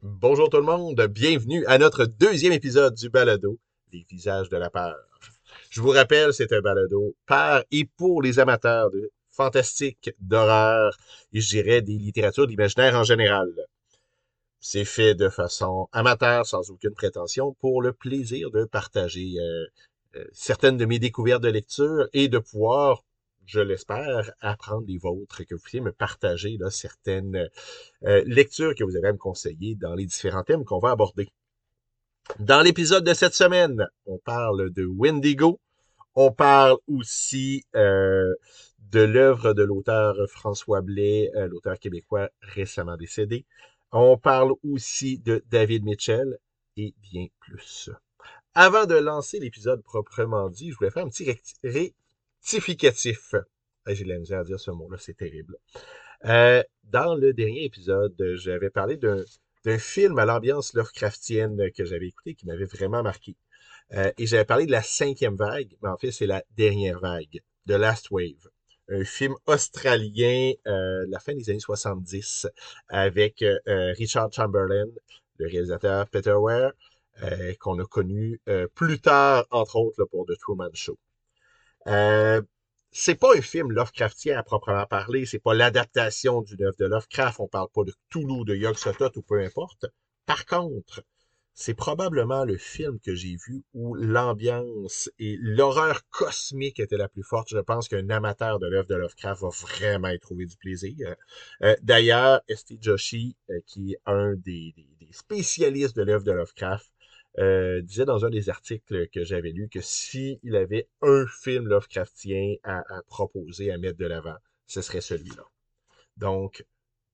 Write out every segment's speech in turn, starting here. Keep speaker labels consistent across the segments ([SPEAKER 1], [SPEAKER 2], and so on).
[SPEAKER 1] Bonjour tout le monde, bienvenue à notre deuxième épisode du balado Les visages de la peur. Je vous rappelle, c'est un balado par et pour les amateurs de fantastique, d'horreur et je dirais des littératures d'imaginaire en général. C'est fait de façon amateur, sans aucune prétention, pour le plaisir de partager certaines de mes découvertes de lecture et de pouvoir, je l'espère, apprendre les vôtres, que vous puissiez me partager là, certaines lectures que vous avez à me conseiller dans les différents thèmes qu'on va aborder. Dans l'épisode de cette semaine, on parle de Wendigo. On parle aussi de l'œuvre de l'auteur François Blais, l'auteur québécois récemment décédé. On parle aussi de David Mitchell et bien plus. Avant de lancer l'épisode proprement dit, je voulais faire un petit rectificatif. J'ai de la misère à dire ce mot-là, c'est terrible. Dans le dernier épisode, j'avais parlé d'un film à l'ambiance Lovecraftienne que j'avais écouté qui m'avait vraiment marqué. Et j'avais parlé de la cinquième vague, mais en fait, c'est la dernière vague, The Last Wave. Un film australien de la fin des années 70 avec Richard Chamberlain, le réalisateur Peter Weir, qu'on a connu plus tard, entre autres, là, pour The Truman Show. Euh, c'est pas un film Lovecraftien à proprement parler, c'est pas l'adaptation d'une œuvre de Lovecraft, on parle pas de Cthulhu, de Yog-Sothoth ou peu importe. Par contre, c'est probablement le film que j'ai vu où l'ambiance et l'horreur cosmique étaient la plus forte. Je pense qu'un amateur de l'œuvre de Lovecraft va vraiment y trouver du plaisir. D'ailleurs, S.T. Joshi, qui est un des spécialistes de l'œuvre de Lovecraft, disait dans un des articles que j'avais lu que s'il avait un film Lovecraftien à proposer, à mettre de l'avant, ce serait celui-là. Donc,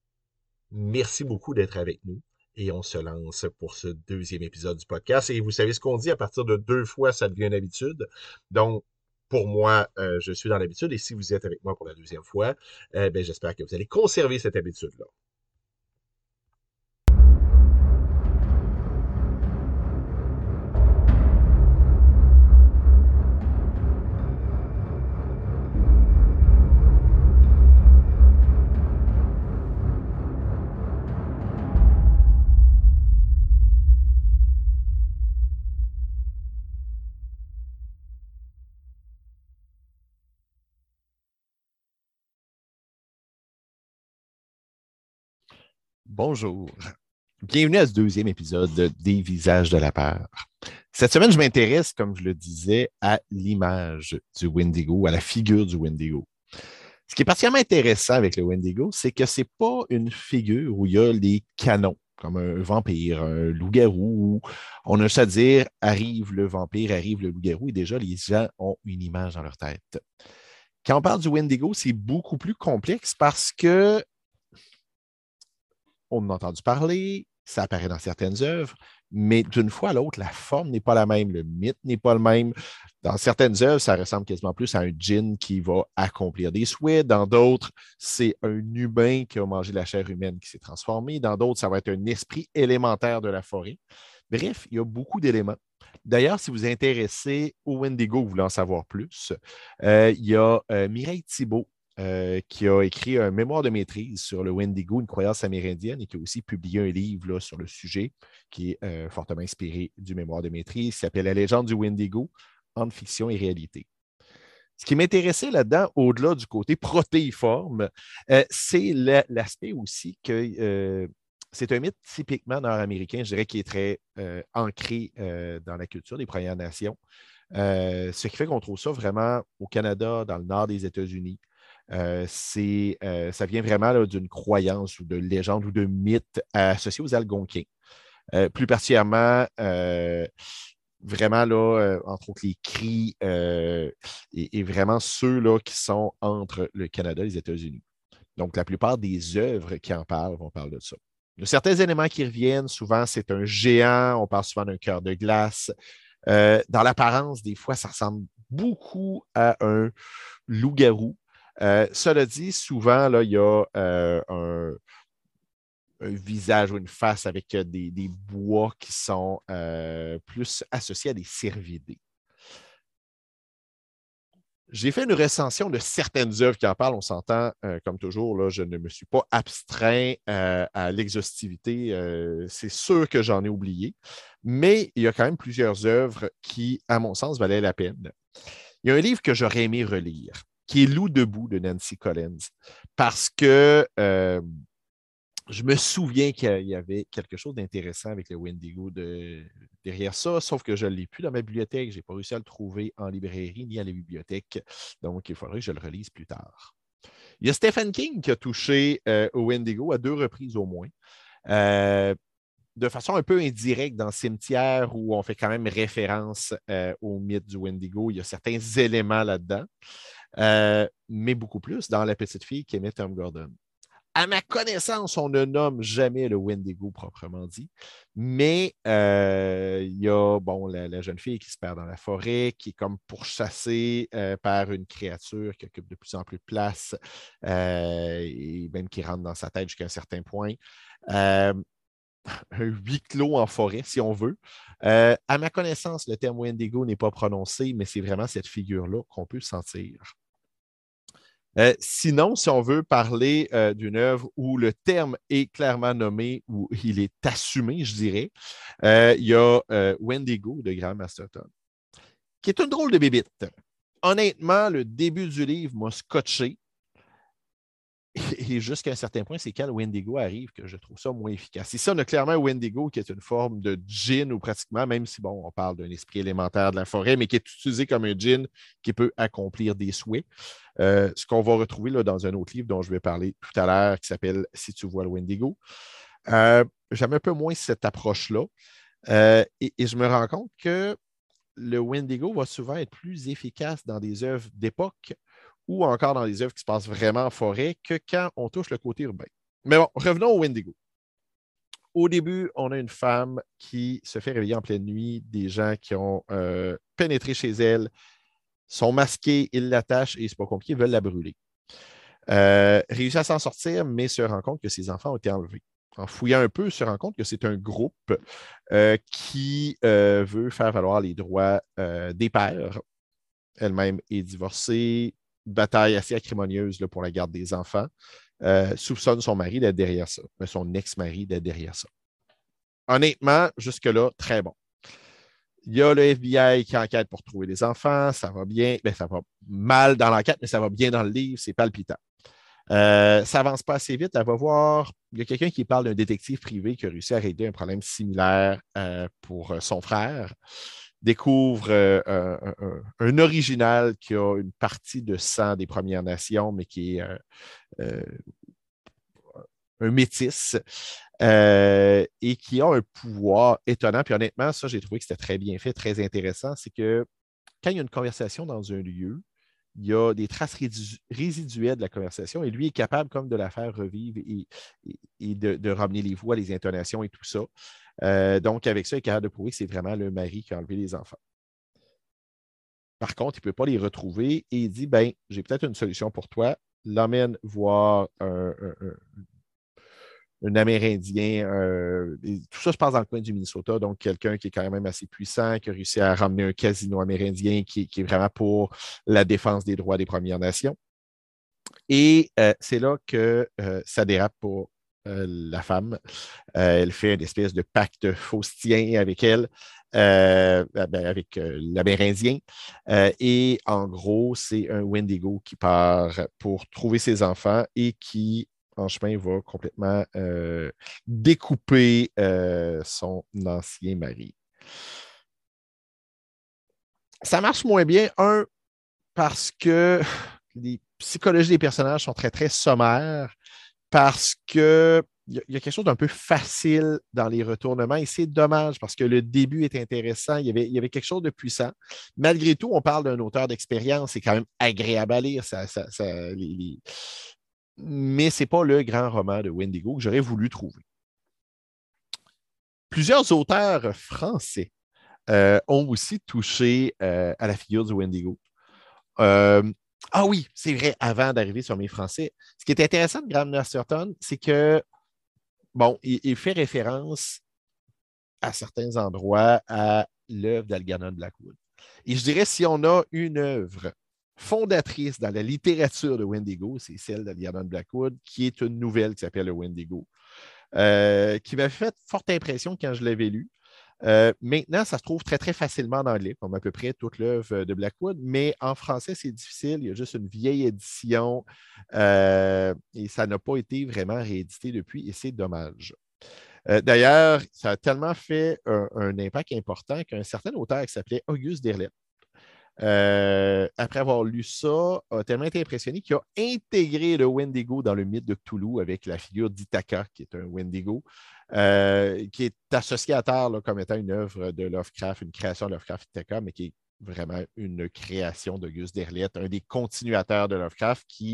[SPEAKER 1] merci beaucoup d'être avec nous et on se lance pour ce deuxième épisode du podcast. Et vous savez ce qu'on dit, à partir de 2 fois, ça devient une habitude. Donc, pour moi, je suis dans l'habitude et si vous êtes avec moi pour la deuxième fois, ben, j'espère que vous allez conserver cette habitude-là.
[SPEAKER 2] Bonjour. Bienvenue à ce deuxième épisode des Visages de la peur. Cette semaine, je m'intéresse, comme je le disais, à l'image du Wendigo, à la figure du Wendigo. Ce qui est particulièrement intéressant avec le Wendigo, c'est que ce n'est pas une figure où il y a les canons, comme un vampire, un loup-garou, où on a juste à dire arrive le vampire, arrive le loup-garou, et déjà les gens ont une image dans leur tête. Quand on parle du Wendigo, c'est beaucoup plus complexe parce que on en a entendu parler, ça apparaît dans certaines œuvres, mais d'une fois à l'autre, la forme n'est pas la même, le mythe n'est pas le même. Dans certaines œuvres, ça ressemble quasiment plus à un djinn qui va accomplir des souhaits. Dans d'autres, c'est un humain qui a mangé la chair humaine qui s'est transformé. Dans d'autres, ça va être un esprit élémentaire de la forêt. Bref, il y a beaucoup d'éléments. D'ailleurs, si vous êtes intéressé au Wendigo, vous voulez en savoir plus, il y a Mireille Thibault qui a écrit un mémoire de maîtrise sur le Wendigo, une croyance amérindienne, et qui a aussi publié un livre là, sur le sujet qui est fortement inspiré du mémoire de maîtrise, qui s'appelle La légende du Wendigo, entre fiction et réalité. Ce qui m'intéressait là-dedans, au-delà du côté protéiforme, c'est l'aspect aussi que c'est un mythe typiquement nord-américain, je dirais, qui est très ancré dans la culture des Premières Nations. Ce qui fait qu'on trouve ça vraiment au Canada, dans le nord des États-Unis. Ça vient vraiment là, d'une croyance ou de légende ou de mythe associé aux Algonquins. Plus particulièrement, vraiment, là, entre autres, les cris et vraiment ceux là, qui sont entre le Canada et les États-Unis. Donc, la plupart des œuvres qui en parlent vont parler de ça. Il y a certains éléments qui reviennent. Souvent, c'est un géant. On parle souvent d'un cœur de glace. Dans l'apparence, des fois, ça ressemble beaucoup à un loup-garou. Cela dit, souvent, là, il y a un visage ou une face avec des bois qui sont plus associés à des cervidés. J'ai fait une recension de certaines œuvres qui en parlent. On s'entend, comme toujours, là, je ne me suis pas abstrait à l'exhaustivité. C'est sûr que j'en ai oublié. Mais il y a quand même plusieurs œuvres qui, à mon sens, valaient la peine. Il y a un livre que j'aurais aimé relire, qui est Loup debout de Nancy Collins, parce que je me souviens qu'il y avait quelque chose d'intéressant avec le Wendigo derrière ça, sauf que je ne l'ai plus dans ma bibliothèque. Je n'ai pas réussi à le trouver en librairie ni à la bibliothèque. Donc, il faudrait que je le relise plus tard. Il y a Stephen King qui a touché au Wendigo à 2 reprises au moins. De façon un peu indirecte dans Cimetière, où on fait quand même référence au mythe du Wendigo. Il y a certains éléments là-dedans, mais beaucoup plus dans La petite fille qu'aimait Tom Gordon. À ma connaissance, on ne nomme jamais le Wendigo proprement dit, mais il y a la jeune fille qui se perd dans la forêt, qui est comme pourchassée par une créature qui occupe de plus en plus de place et même qui rentre dans sa tête jusqu'à un certain point. Un huis clos en forêt, si on veut. À ma connaissance, le terme Wendigo n'est pas prononcé, mais c'est vraiment cette figure-là qu'on peut sentir. Sinon, si on veut parler d'une œuvre où le terme est clairement nommé, où il est assumé, je dirais, il y a Wendigo de Graham Masterton, qui est une drôle de bébite. Honnêtement, le début du livre m'a scotché. Et jusqu'à un certain point, c'est quand le Wendigo arrive que je trouve ça moins efficace. Ici, on a clairement un Wendigo qui est une forme de djinn ou pratiquement, même si, on parle d'un esprit élémentaire de la forêt, mais qui est utilisé comme un djinn qui peut accomplir des souhaits. Ce qu'on va retrouver là, dans un autre livre dont je vais parler tout à l'heure, qui s'appelle Si tu vois le Wendigo. J'aime un peu moins cette approche-là. Et je me rends compte que le Wendigo va souvent être plus efficace dans des œuvres d'époque ou encore dans des œuvres qui se passent vraiment en forêt que quand on touche le côté urbain. Mais bon, revenons au Wendigo. Au début, on a une femme qui se fait réveiller en pleine nuit, des gens qui ont pénétré chez elle, sont masqués, ils l'attachent et c'est pas compliqué, ils veulent la brûler. Réussit à s'en sortir, mais se rend compte que ses enfants ont été enlevés. En fouillant un peu, se rend compte que c'est un groupe qui veut faire valoir les droits des pères. Elle-même est divorcée, bataille assez acrimonieuse là, pour la garde des enfants. Soupçonne son mari d'être derrière ça, son ex-mari d'être derrière ça. Honnêtement, jusque-là, très bon. Il y a le FBI qui enquête pour trouver les enfants, ça va bien, ça va mal dans l'enquête, mais ça va bien dans le livre, c'est palpitant. Ça n'avance pas assez vite. Elle va voir, il y a quelqu'un qui parle d'un détective privé qui a réussi à régler un problème similaire pour son frère. Découvre un original qui a une partie de sang des Premières Nations, mais qui est un métis et qui a un pouvoir étonnant. Puis honnêtement, ça, j'ai trouvé que c'était très bien fait, très intéressant. C'est que quand il y a une conversation dans un lieu, il y a des traces résiduelles de la conversation et lui est capable comme de la faire revivre et de ramener les voix, les intonations et tout ça. Donc, avec ça, il est capable de prouver que c'est vraiment le mari qui a enlevé les enfants. Par contre, il ne peut pas les retrouver et il dit, j'ai peut-être une solution pour toi. L'emmène voir un Amérindien. Tout ça se passe dans le coin du Minnesota, donc quelqu'un qui est quand même assez puissant, qui a réussi à ramener un casino amérindien qui est vraiment pour la défense des droits des Premières Nations. Et c'est là que ça dérape pour la femme. Elle fait une espèce de pacte faustien avec elle, avec l'Amérindien. Et en gros, c'est un Wendigo qui part pour trouver ses enfants et qui en chemin, va complètement découper son ancien mari. Ça marche moins bien, parce que les psychologies des personnages sont très, très sommaires, parce que il y a quelque chose d'un peu facile dans les retournements et c'est dommage parce que le début est intéressant, il y avait quelque chose de puissant. Malgré tout, on parle d'un auteur d'expérience, c'est quand même agréable à lire. Mais ce n'est pas le grand roman de Wendigo que j'aurais voulu trouver. Plusieurs auteurs français ont aussi touché à la figure du Wendigo. Ah oui, c'est vrai, avant d'arriver sur mes français, ce qui est intéressant de Graham Masterton, c'est que, il fait référence à certains endroits à l'œuvre d'Algernon Blackwood. Et je dirais, si on a une œuvre fondatrice dans la littérature de Wendigo, c'est celle de Liana Blackwood, qui est une nouvelle qui s'appelle le Wendigo, qui m'a fait forte impression quand je l'avais lu. Maintenant, ça se trouve très, très facilement en anglais, comme à peu près toute l'œuvre de Blackwood, mais en français, c'est difficile. Il y a juste une vieille édition et ça n'a pas été vraiment réédité depuis et c'est dommage. D'ailleurs, ça a tellement fait un impact important qu'un certain auteur qui s'appelait Auguste Derleth, après avoir lu ça, a tellement été impressionné qu'il a intégré le Wendigo dans le mythe de Cthulhu avec la figure d'Ithaka, qui est un Wendigo, qui est associé à terre là, comme étant une œuvre de Lovecraft, une création de Lovecraft Ithaka, mais qui est vraiment une création d'Auguste Derleth, un des continuateurs de Lovecraft qui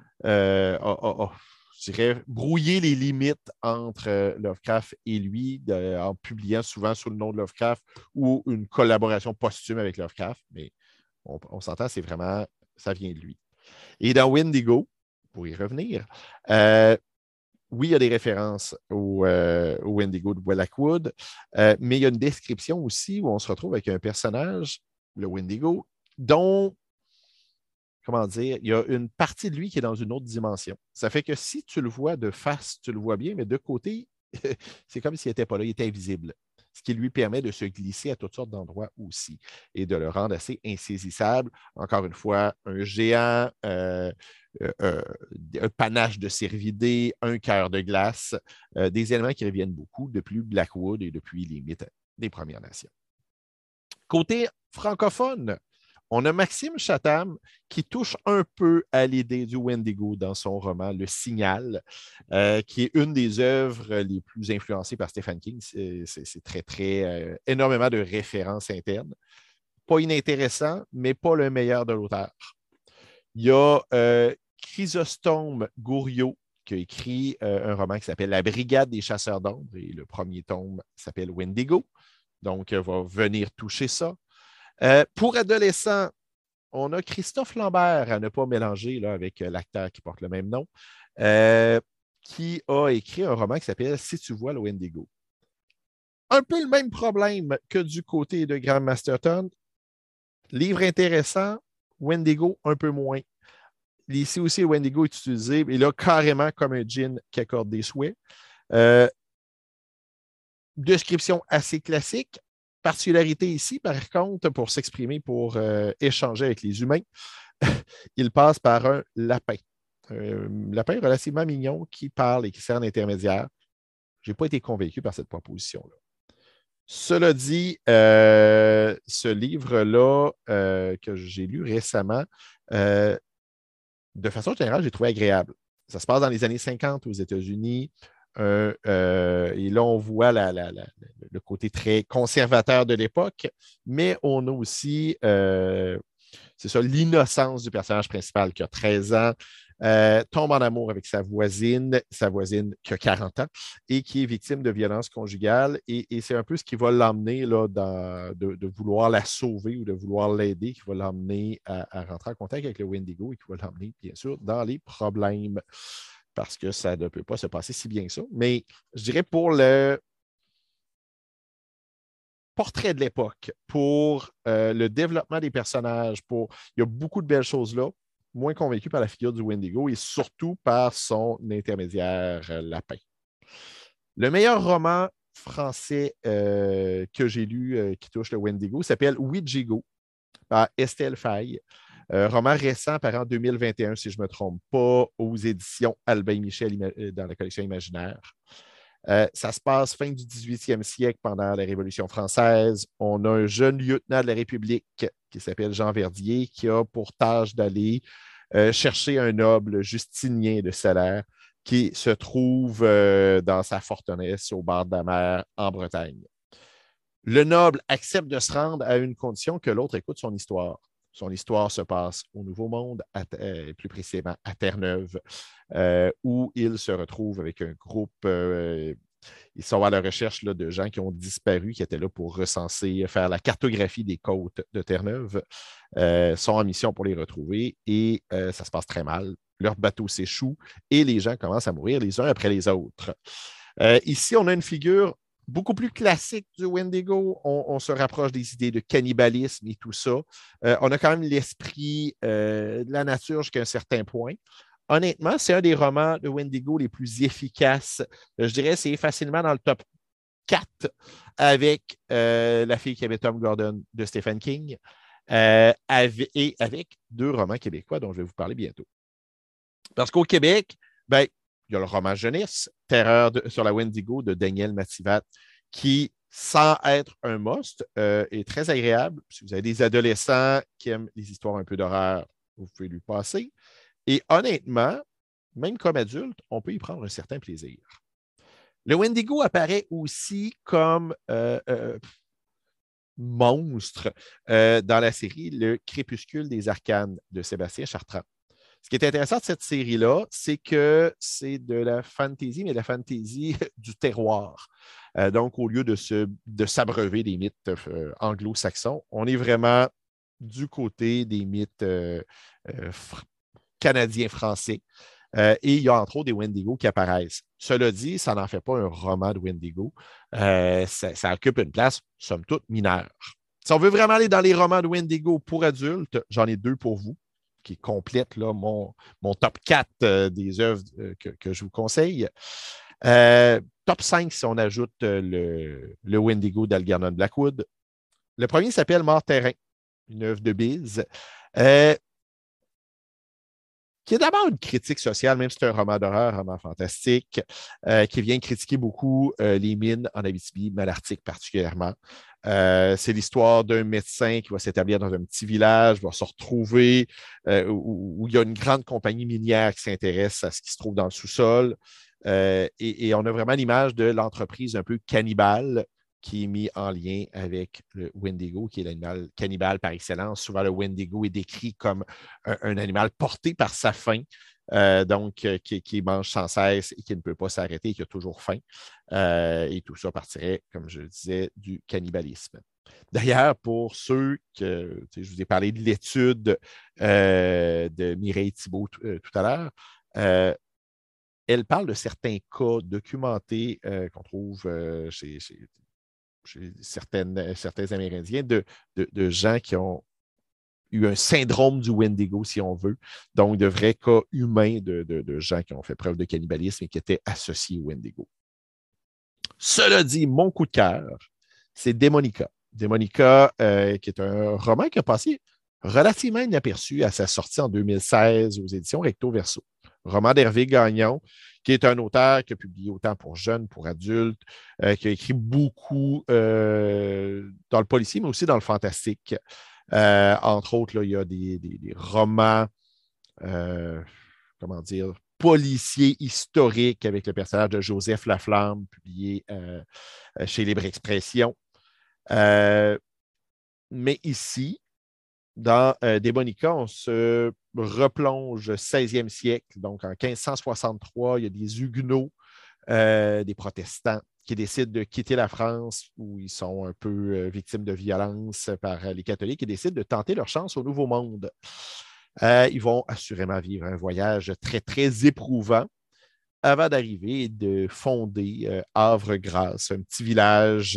[SPEAKER 2] je dirais, brouillé les limites entre Lovecraft et lui en publiant souvent sous le nom de Lovecraft ou une collaboration posthume avec Lovecraft, mais on s'entend, c'est vraiment, ça vient de lui. Et dans Wendigo, pour y revenir, oui, il y a des références au Wendigo de Blackwood, mais il y a une description aussi où on se retrouve avec un personnage, le Wendigo, dont, comment dire, il y a une partie de lui qui est dans une autre dimension. Ça fait que si tu le vois de face, tu le vois bien, mais de côté, c'est comme s'il n'était pas là, il était invisible. Ce qui lui permet de se glisser à toutes sortes d'endroits aussi et de le rendre assez insaisissable. Encore une fois, un géant, un panache de cervidés, un cœur de glace, des éléments qui reviennent beaucoup depuis Blackwood et depuis les mythes des Premières Nations. Côté francophone, on a Maxime Chatham qui touche un peu à l'idée du Wendigo dans son roman Le Signal, qui est une des œuvres les plus influencées par Stephen King. C'est très, très énormément de références internes. Pas inintéressant, mais pas le meilleur de l'auteur. Il y a Chrysostome Gouriot qui a écrit un roman qui s'appelle La Brigade des chasseurs d'ombre et le premier tome s'appelle Wendigo. Donc, va venir toucher ça. Pour adolescents, on a Christophe Lambert, à ne pas mélanger là, avec l'acteur qui porte le même nom, qui a écrit un roman qui s'appelle Si tu vois le Wendigo. Un peu le même problème que du côté de Graham Masterton. Livre intéressant, Wendigo un peu moins. Ici aussi, le Wendigo est utilisé, et là, carrément comme un djinn qui accorde des souhaits. Description assez classique. Particularité ici, par contre, pour s'exprimer, pour échanger avec les humains, il passe par un lapin. Un lapin relativement mignon qui parle et qui sert d'intermédiaire. Je n'ai pas été convaincu par cette proposition-là. Cela dit, ce livre-là que j'ai lu récemment, de façon générale, j'ai trouvé agréable. Ça se passe dans les années 50 aux États-Unis. Et là, on voit le côté très conservateur de l'époque, mais on a aussi, c'est ça, l'innocence du personnage principal qui a 13 ans, tombe en amour avec sa voisine qui a 40 ans et qui est victime de violences conjugales. Et c'est un peu ce qui va l'emmener là, de vouloir la sauver ou de vouloir l'aider, qui va l'emmener à rentrer en contact avec le Wendigo et qui va l'emmener, bien sûr, dans les problèmes. Parce que ça ne peut pas se passer si bien que ça. Mais je dirais pour le portrait de l'époque, pour le développement des personnages, il y a beaucoup de belles choses là, moins convaincu par la figure du Wendigo et surtout par son intermédiaire lapin. Le meilleur roman français que j'ai lu qui touche le Wendigo s'appelle Ouijigo par Estelle Faye. Roman récent, paru en 2021, si je ne me trompe pas, aux éditions Albin Michel dans la collection Imaginaire. Ça se passe fin du 18e siècle pendant la Révolution française. On a un jeune lieutenant de la République qui s'appelle Jean Verdier qui a pour tâche d'aller chercher un noble Justinien de Salaire qui se trouve dans sa forteresse au bord de la mer en Bretagne. Le noble accepte de se rendre à une condition que l'autre écoute son histoire. Son histoire se passe au Nouveau Monde, plus précisément à Terre-Neuve, où il se retrouve avec un groupe. Ils sont à la recherche là, de gens qui ont disparu, qui étaient là pour recenser, faire la cartographie des côtes de Terre-Neuve. Sont en mission pour les retrouver et ça se passe très mal. Leur bateau s'échoue et les gens commencent à mourir les uns après les autres. Ici, on a une figure beaucoup plus classique du Wendigo. On se rapproche des idées de cannibalisme et tout ça. On a quand même l'esprit de la nature jusqu'à un certain point. Honnêtement, c'est un des romans de Wendigo les plus efficaces. Je dirais que c'est facilement dans le top 4 avec La fille qui avait Tom Gordon de Stephen King et avec 2 romans québécois dont je vais vous parler bientôt. Parce qu'au Québec, ben, il y a le roman jeunesse, sur la Wendigo de Daniel Mativat, qui, sans être un must, est très agréable. Si vous avez des adolescents qui aiment les histoires un peu d'horreur, vous pouvez lui passer. Et honnêtement, même comme adulte, on peut y prendre un certain plaisir. Le Wendigo apparaît aussi comme monstre dans la série Le Crépuscule des Arcanes de Sébastien Chartrand. Ce qui est intéressant de cette série-là, c'est que c'est de la fantasy, mais de la fantasy du terroir. Donc, au lieu de s'abreuver des mythes anglo-saxons, on est vraiment du côté des mythes canadiens-français. Et il y a entre autres des Wendigo qui apparaissent. Cela dit, ça n'en fait pas un roman de Wendigo. Ça occupe une place, somme toute, mineure. Si on veut vraiment aller dans les romans de Wendigo pour adultes, j'en ai 2 pour vous, qui complètent là, mon top 4 des œuvres que je vous conseille. Top 5 si on ajoute le Wendigo d'Algernon Blackwood. Le premier s'appelle Mort-Terrain, une œuvre de Biz. Qui est d'abord une critique sociale, même si c'est un roman d'horreur, un roman fantastique, qui vient critiquer beaucoup les mines en Abitibi, Malartic particulièrement. C'est l'histoire d'un médecin qui va s'établir dans un petit village, va se retrouver où il y a une grande compagnie minière qui s'intéresse à ce qui se trouve dans le sous-sol. Et on a vraiment l'image de l'entreprise un peu cannibale qui est mis en lien avec le Wendigo, qui est l'animal cannibale par excellence. Souvent, le Wendigo est décrit comme un animal porté par sa faim, qui mange sans cesse et qui ne peut pas s'arrêter et qui a toujours faim. Et tout ça partirait, comme je le disais, du cannibalisme. D'ailleurs, pour ceux que je vous ai parlé de l'étude de Mireille Thibault tout à l'heure, elle parle de certains cas documentés qu'on trouve chez certains Amérindiens, de gens qui ont eu un syndrome du Wendigo, si on veut. Donc, de vrais cas humains de gens qui ont fait preuve de cannibalisme et qui étaient associés au Wendigo. Cela dit, mon coup de cœur, c'est Démonica. Démonica, qui est un roman qui a passé relativement inaperçu à sa sortie en 2016 aux éditions Recto Verso. Roman d'Hervé Gagnon, qui est un auteur qui a publié autant pour jeunes, pour adultes, qui a écrit beaucoup dans le policier, mais aussi dans le fantastique. Entre autres, là, il y a des romans, comment dire, policiers historiques avec le personnage de Joseph Laflamme, publié chez Libre Expression. Mais ici, dans Démonica, on se replonge au 16e siècle. Donc, en 1563, il y a des Huguenots, des protestants, qui décident de quitter la France, où ils sont un peu victimes de violence par les catholiques, et décident de tenter leur chance au Nouveau Monde. Ils vont assurément vivre un voyage très, très éprouvant avant d'arriver et de fonder Havre-Grace, un petit village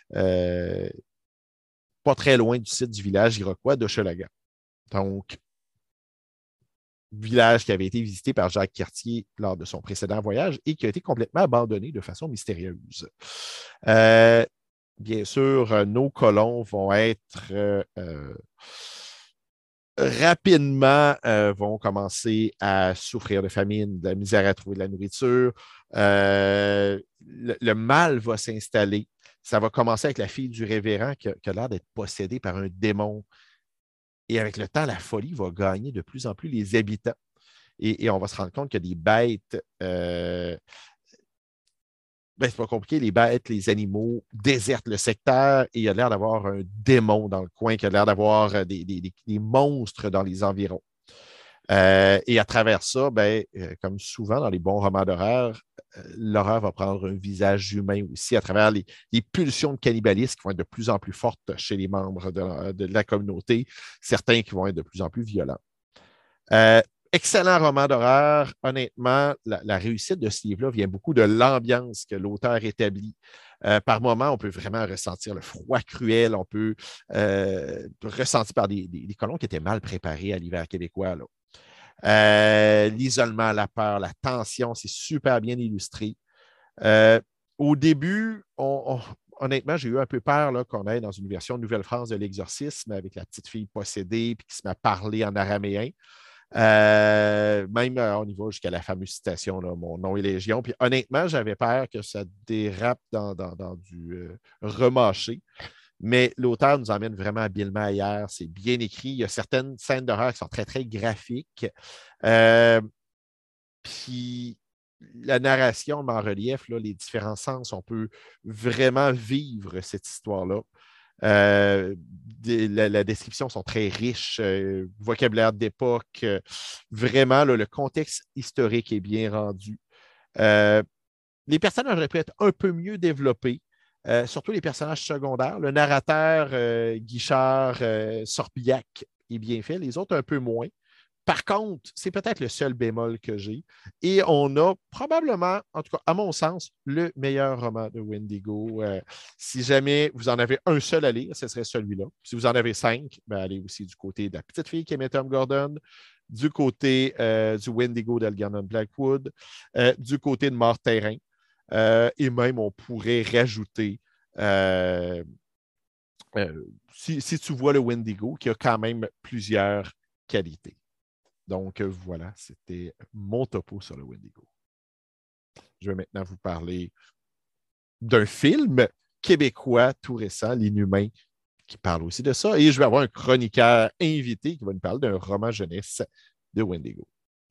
[SPEAKER 2] pas très loin du site du village iroquois d'Hochelaga. Donc, village qui avait été visité par Jacques Cartier lors de son précédent voyage et qui a été complètement abandonné de façon mystérieuse. Bien sûr, nos colons vont être rapidement vont commencer à souffrir de famine, de la misère à trouver de la nourriture. Le mal va s'installer. Ça va commencer avec la fille du révérend qui a l'air d'être possédée par un démon. Et avec le temps, la folie va gagner de plus en plus les habitants. Et on va se rendre compte qu'il y a des bêtes. C'est pas compliqué, les bêtes, les animaux désertent le secteur et il y a l'air d'avoir un démon dans le coin, qui a l'air d'avoir des monstres dans les environs. Et à travers ça, comme souvent dans les bons romans d'horreur, l'horreur va prendre un visage humain aussi à travers les pulsions de cannibalisme qui vont être de plus en plus fortes chez les membres de la communauté, certains qui vont être de plus en plus violents. Excellent roman d'horreur. Honnêtement, la réussite de ce livre-là vient beaucoup de l'ambiance que l'auteur établit. Par moments, on peut vraiment ressentir le froid cruel, on peut ressentir par des colons qui étaient mal préparés à l'hiver québécois, là. L'isolement, la peur, la tension, c'est super bien illustré. Euh, Au début, honnêtement, j'ai eu un peu peur là, qu'on aille dans une version Nouvelle-France de l'Exorcisme avec la petite fille possédée puis qui se met à parler en araméen. Même on y va jusqu'à la fameuse citation, là, Mon nom est Légion. Puis honnêtement, j'avais peur que ça dérape dans du remâché. Mais l'auteur nous emmène vraiment habilement ailleurs. C'est bien écrit. Il y a certaines scènes d'horreur qui sont très, très graphiques. Euh, Puis la narration met en relief là, les différents sens. On peut vraiment vivre cette histoire-là. La description sont très riches, vocabulaire d'époque. Vraiment, là, le contexte historique est bien rendu. Euh, les personnages auraient pu être un peu mieux développés, surtout les personnages secondaires. Le narrateur, Guichard, Sorbiac, est bien fait, les autres un peu moins. Par contre, c'est peut-être le seul bémol que j'ai. Et on a probablement, en tout cas, à mon sens, le meilleur roman de Wendigo. Si jamais vous en avez un seul à lire, ce serait celui-là. Si vous en avez 5, ben allez aussi du côté de la petite fille qui aimait Tom Gordon, du côté du Wendigo d'Algernon Blackwood, du côté de Mort-Terrain. Et même, on pourrait rajouter, si tu vois le Wendigo, qui a quand même plusieurs qualités. Donc, voilà, c'était mon topo sur le Wendigo. Je vais maintenant vous parler d'un film québécois tout récent, L'Inhumain, qui parle aussi de ça. Et je vais avoir un chroniqueur invité qui va nous parler d'un roman jeunesse de Wendigo.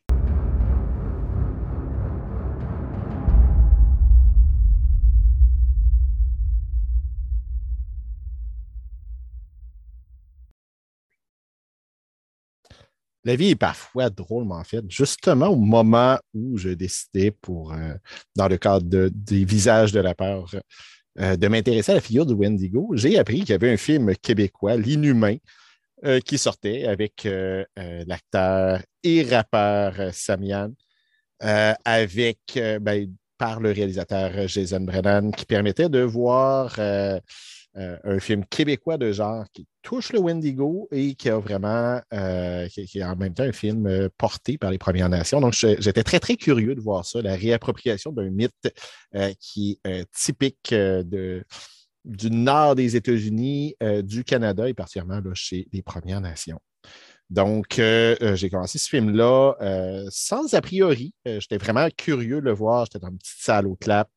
[SPEAKER 2] La vie est parfois drôlement faite, justement au moment où je décidais dans le cadre des Visages de la peur, de m'intéresser à la figure de Wendigo, j'ai appris qu'il y avait un film québécois, L'Inhumain, qui sortait avec l'acteur et rappeur Samian, par le réalisateur Jason Brennan, qui permettait de voir un film québécois de genre qui touche le Wendigo et qui a vraiment, qui est en même temps un film porté par les Premières Nations. Donc, j'étais très, très curieux de voir ça, la réappropriation d'un mythe qui est typique du nord des États-Unis, du Canada et particulièrement là, chez les Premières Nations. Donc, j'ai commencé ce film-là sans a priori. J'étais vraiment curieux de le voir. J'étais dans une petite salle au clap.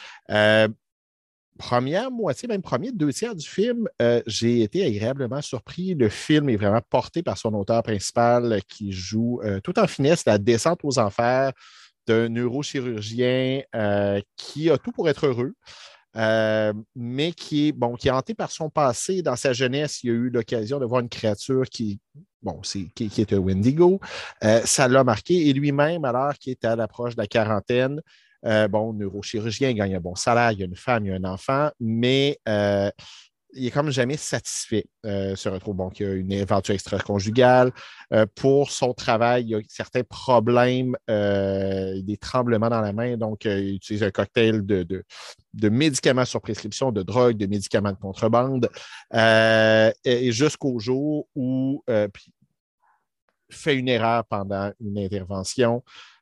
[SPEAKER 2] Première moitié, même premier, 2 tiers du film, j'ai été agréablement surpris. Le film est vraiment porté par son auteur principal qui joue tout en finesse la descente aux enfers d'un neurochirurgien qui a tout pour être heureux. Mais qui est hanté par son passé. Dans sa jeunesse, il a eu l'occasion de voir une créature qui est un Wendigo. Ça l'a marqué. Et lui-même, alors qu'il est à l'approche de la quarantaine, neurochirurgien, il gagne un bon salaire, il y a une femme, il y a un enfant, mais il est comme jamais satisfait. Se retrouve qu'il y a une aventure extra-conjugale. Pour son travail, il y a certains problèmes, des tremblements dans la main. Donc, il utilise un cocktail de médicaments sur prescription, de drogue, de médicaments de contrebande. Et jusqu'au jour où fait une erreur pendant une intervention.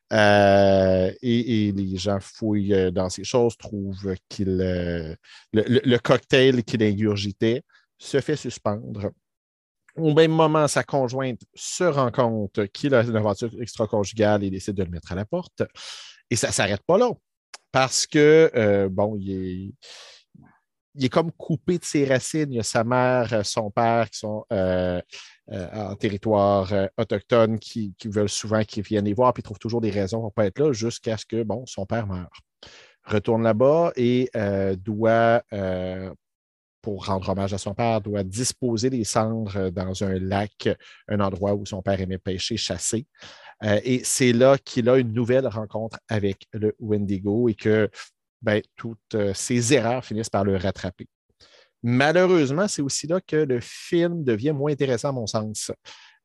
[SPEAKER 2] Et les gens fouillent dans ces choses, trouvent le cocktail qu'il ingurgitait se fait suspendre. Au même moment, sa conjointe se rend compte qu'il a une aventure extra-conjugale et décide de le mettre à la porte. Et ça ne s'arrête pas là. Parce que, il est comme coupé de ses racines. Il y a sa mère, son père qui sont en territoire autochtone qui veulent souvent qu'ils viennent les voir, puis ils trouvent toujours des raisons pour ne pas être là jusqu'à ce que son père meure. Retourne là-bas et doit, pour rendre hommage à son père, doit disposer des cendres dans un lac, un endroit où son père aimait pêcher, chasser. Et c'est là qu'il a une nouvelle rencontre avec le Wendigo et que toutes ses erreurs finissent par le rattraper. Malheureusement, c'est aussi là que le film devient moins intéressant à mon sens.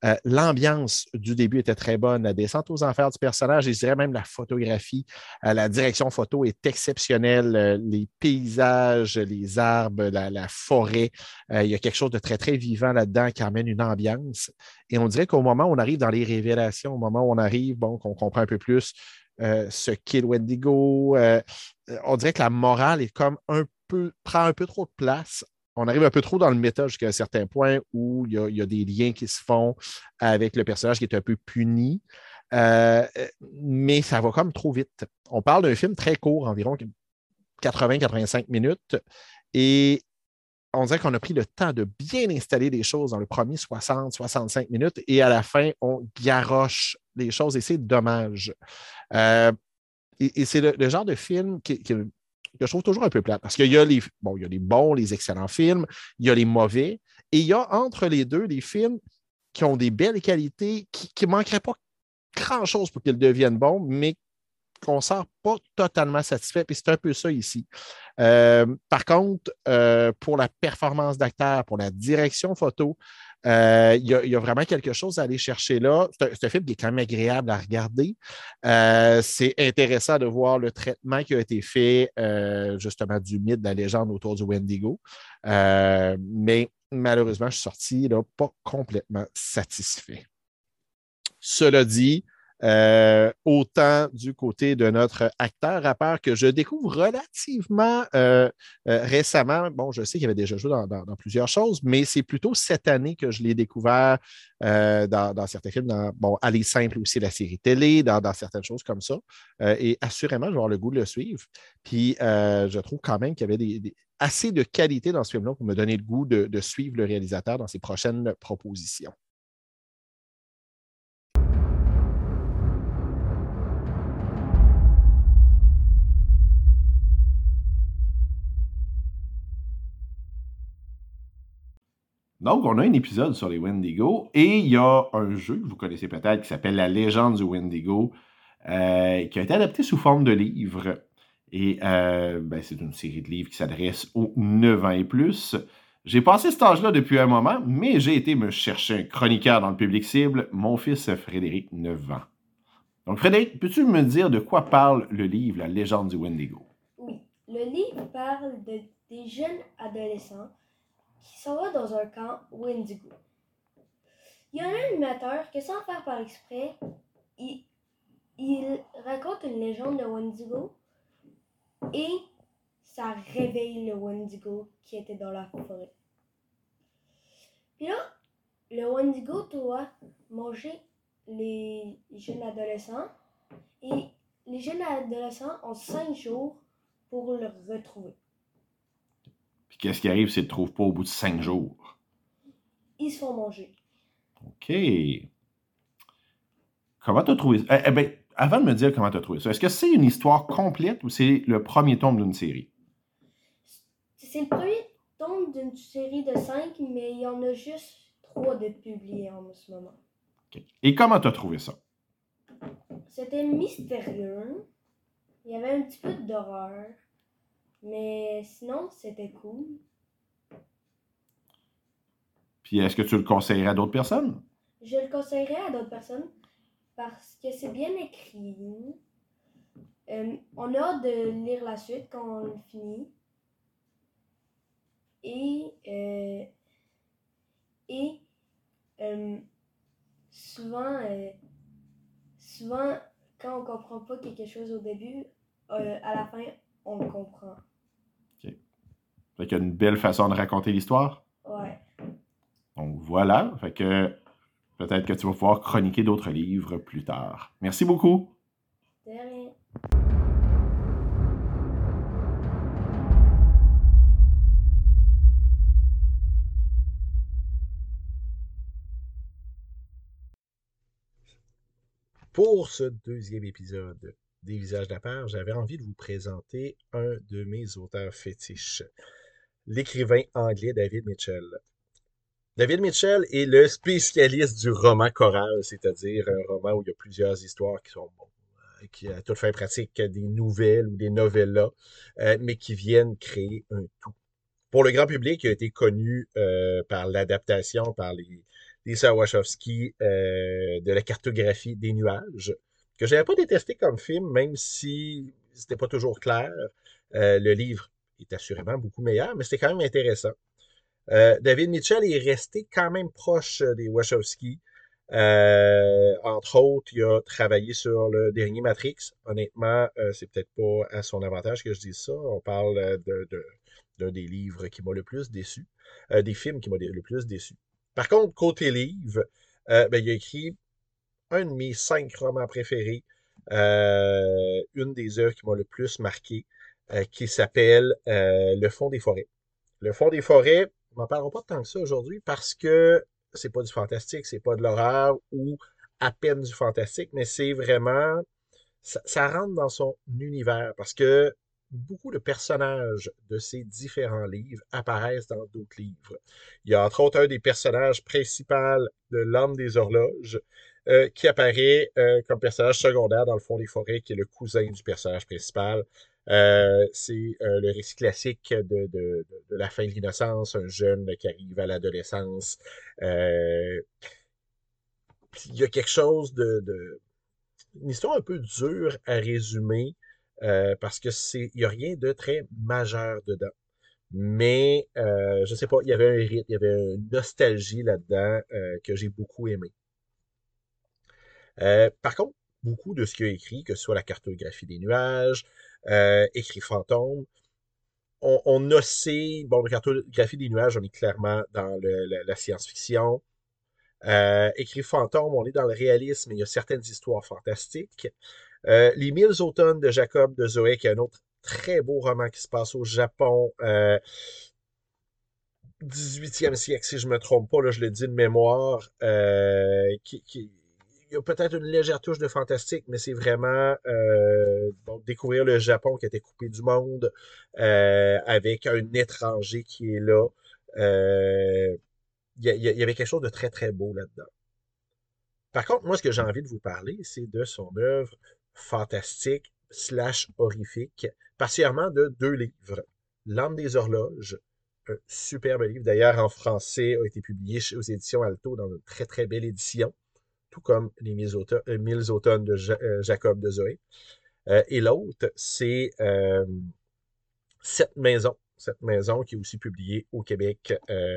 [SPEAKER 2] L'ambiance du début était très bonne. La descente aux enfers du personnage, et je dirais même la photographie, la direction photo est exceptionnelle. Les paysages, les arbres, la forêt, il y a quelque chose de très, très vivant là-dedans qui amène une ambiance. Et on dirait qu'au moment où on arrive dans les révélations, au moment où on arrive, bon, qu'on comprend un peu plus ce qu'est le Wendigo, on dirait que la morale est comme prend un peu trop de place. On arrive un peu trop dans le méta jusqu'à un certain point où il y a des liens qui se font avec le personnage qui est un peu puni. Euh, mais ça va comme trop vite. On parle d'un film très court, environ 80-85 minutes, et on dirait qu'on a pris le temps de bien installer les choses dans le premier 60-65 minutes, et à la fin, on garoche les choses, et c'est dommage. Euh, et c'est le genre de film que je trouve toujours un peu plate, parce qu'il y a il y a les bons, les excellents films, il y a les mauvais, et il y a entre les deux les films qui ont des belles qualités, qui ne manqueraient pas grand-chose pour qu'ils deviennent bons, mais qu'on ne sort pas totalement satisfait. Puis c'est un peu ça ici. Par contre, pour la performance d'acteur, pour la direction photo, il y a vraiment quelque chose à aller chercher là. C'est un film qui est quand même agréable à regarder. C'est intéressant de voir le traitement qui a été fait justement du mythe, de la légende autour du Wendigo. Mais malheureusement, je suis sorti là, pas complètement satisfait. Cela dit, autant du côté de notre acteur-rappeur que je découvre relativement récemment. Bon, je sais qu'il avait déjà joué dans plusieurs choses, mais c'est plutôt cette année que je l'ai découvert dans certains films, bon, Aller simple aussi, la série télé, dans certaines choses comme ça. Et assurément, je vais avoir le goût de le suivre. Puis, je trouve quand même qu'il y avait assez de qualité dans ce film-là pour me donner le goût de suivre le réalisateur dans ses prochaines propositions.
[SPEAKER 3] Donc, on a un épisode sur les Wendigo et il y a un jeu que vous connaissez peut-être qui s'appelle La légende du Wendigo, qui a été adapté sous forme de livre. Et c'est une série de livres qui s'adresse aux 9 ans et plus. J'ai passé cet âge-là depuis un moment, mais j'ai été me chercher un chroniqueur dans le public cible, mon fils Frédéric, 9 ans. Donc, Frédéric, peux-tu me dire de quoi parle le livre La légende du Wendigo?
[SPEAKER 4] Oui, le livre parle des jeunes adolescents qui s'en vont dans un camp Wendigo. Il y a un animateur que, sans faire par exprès, il raconte une légende de Wendigo et ça réveille le Wendigo qui était dans la forêt. Puis là, le Wendigo doit manger les jeunes adolescents et les jeunes adolescents ont 5 jours pour le retrouver.
[SPEAKER 3] Puis qu'est-ce qui arrive s'ils ne le trouvent pas au bout de 5 jours?
[SPEAKER 4] Ils se font manger.
[SPEAKER 3] OK. Comment t'as trouvé ça? Avant de me dire comment t'as trouvé ça, est-ce que c'est une histoire complète ou c'est le premier tome d'une série?
[SPEAKER 4] C'est le premier tome d'une série de 5, mais il y en a juste 3 de publiés en ce moment.
[SPEAKER 3] Okay. Et comment t'as trouvé ça?
[SPEAKER 4] C'était mystérieux. Il y avait un petit peu d'horreur. Mais sinon, c'était cool.
[SPEAKER 3] Puis est-ce que tu le conseillerais à d'autres personnes?
[SPEAKER 4] Je le conseillerais à d'autres personnes parce que c'est bien écrit. On a hâte de lire la suite quand on le finit. Souvent, quand on comprend pas quelque chose au début, à la fin, on le comprend.
[SPEAKER 3] OK. Fait qu'il y a une belle façon de raconter l'histoire.
[SPEAKER 4] Ouais.
[SPEAKER 3] Donc voilà. Fait que peut-être que tu vas pouvoir chroniquer d'autres livres plus tard. Merci beaucoup.
[SPEAKER 4] De rien.
[SPEAKER 1] Pour ce deuxième épisode des Visages de la Peur, j'avais envie de vous présenter un de mes auteurs fétiches, l'écrivain anglais David Mitchell. David Mitchell est le spécialiste du roman choral, c'est-à-dire un roman où il y a plusieurs histoires qui sont qui à toute fin pratique des nouvelles ou des novellas, mais qui viennent créer un tout. Pour le grand public, il a été connu par l'adaptation, par des sœurs Wachowski, de la cartographie des nuages, que j'avais pas détesté comme film, même si c'était pas toujours clair. Le livre est assurément beaucoup meilleur, mais c'était quand même intéressant. David Mitchell est resté quand même proche des Wachowski. Entre autres, il a travaillé sur le dernier Matrix. Honnêtement, c'est peut-être pas à son avantage que je dise ça. On parle d'un des livres qui m'a le plus déçu, des films qui m'a le plus déçu. Par contre, côté livre, ben, il a écrit un de mes 5 romans préférés, une des œuvres qui m'a le plus marqué, qui s'appelle Le fond des forêts. Le fond des forêts, on n'en parlera pas tant que ça aujourd'hui parce que c'est pas du fantastique, c'est pas de l'horreur ou à peine du fantastique, mais c'est vraiment, ça rentre dans son univers parce que beaucoup de personnages de ces différents livres apparaissent dans d'autres livres. Il y a entre autres un des personnages principaux de L'Âme des horloges qui apparaît comme personnage secondaire dans Le fond des forêts, qui est le cousin du personnage principal. C'est le récit classique de la fin de l'innocence, un jeune qui arrive à l'adolescence. Il y a quelque chose une histoire un peu dure à résumer parce que il y a rien de très majeur dedans. Mais je sais pas, il y avait un rythme, il y avait une nostalgie là-dedans que j'ai beaucoup aimé. Par contre, beaucoup de ce qu'il a écrit, que ce soit la cartographie des nuages, écrit fantôme, on oscille, bon, la cartographie des nuages, on est clairement dans la science-fiction. Écrit fantôme, on est dans le réalisme, mais il y a certaines histoires fantastiques. Les 1000 automnes de Jacob de Zoé, qui est un autre très beau roman qui se passe au Japon, 18e siècle, si je me trompe pas, là, je le dis de mémoire, il y a peut-être une légère touche de fantastique, mais c'est vraiment bon, découvrir le Japon qui a été coupé du monde avec un étranger qui est là. Il y avait quelque chose de très, très beau là-dedans. Par contre, moi, ce que j'ai envie de vous parler, c'est de son œuvre fantastique slash horrifique, particulièrement de 2 livres. L'Âme des horloges, un superbe livre, d'ailleurs en français, a été publié aux éditions Alto dans une très, très belle édition, tout comme les 1000 automnes de Jacob de Zoé. Et l'autre, c'est Cette maison. Cette maison qui est aussi publiée au Québec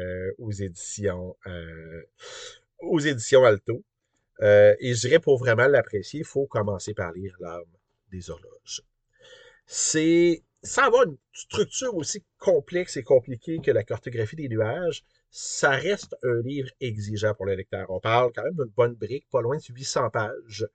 [SPEAKER 1] aux éditions Alto. Et je dirais pour vraiment l'apprécier, il faut commencer par lire L'âme des horloges. Sans avoir une structure aussi complexe et compliquée que la cartographie des nuages, ça reste un livre exigeant pour le lecteur. On parle quand même d'une bonne brique, pas loin de 800 pages.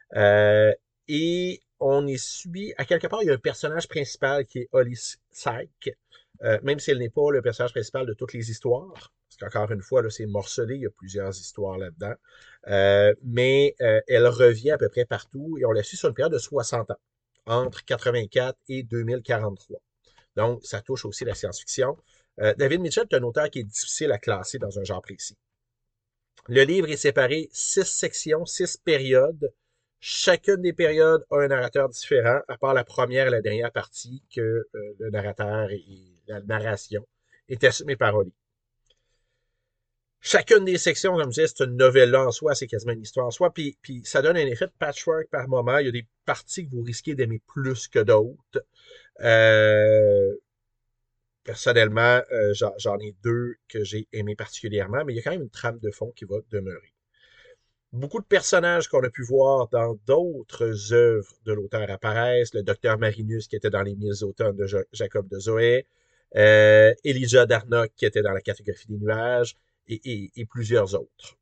[SPEAKER 1] Et on est subi, à quelque part, il y a un personnage principal qui est Holly Syke, même si elle n'est pas le personnage principal de toutes les histoires, parce qu'encore une fois, là, c'est morcelé, il y a plusieurs histoires là-dedans, mais elle revient à peu près partout, et on la suit sur une période de 60 ans, entre 84 et 2043. Donc, ça touche aussi la science-fiction. David Mitchell est un auteur qui est difficile à classer dans un genre précis. Le livre est séparé 6 sections, 6 périodes. Chacune des périodes a un narrateur différent, à part la première et la dernière partie que le narrateur et la narration est assumée par Holly. Chacune des sections, comme je disais, c'est une novelle-là en soi, c'est quasiment une histoire en soi, puis ça donne un effet de patchwork par moment. Il y a des parties que vous risquez d'aimer plus que d'autres. Personnellement, j'en ai 2 que j'ai aimés particulièrement, mais il y a quand même une trame de fond qui va demeurer. Beaucoup de personnages qu'on a pu voir dans d'autres œuvres de l'auteur apparaissent. Le docteur Marinus, qui était dans les 1000 automnes de Jacob de Zoé. Elijah Darnock, qui était dans la cartographie des nuages. Et plusieurs autres.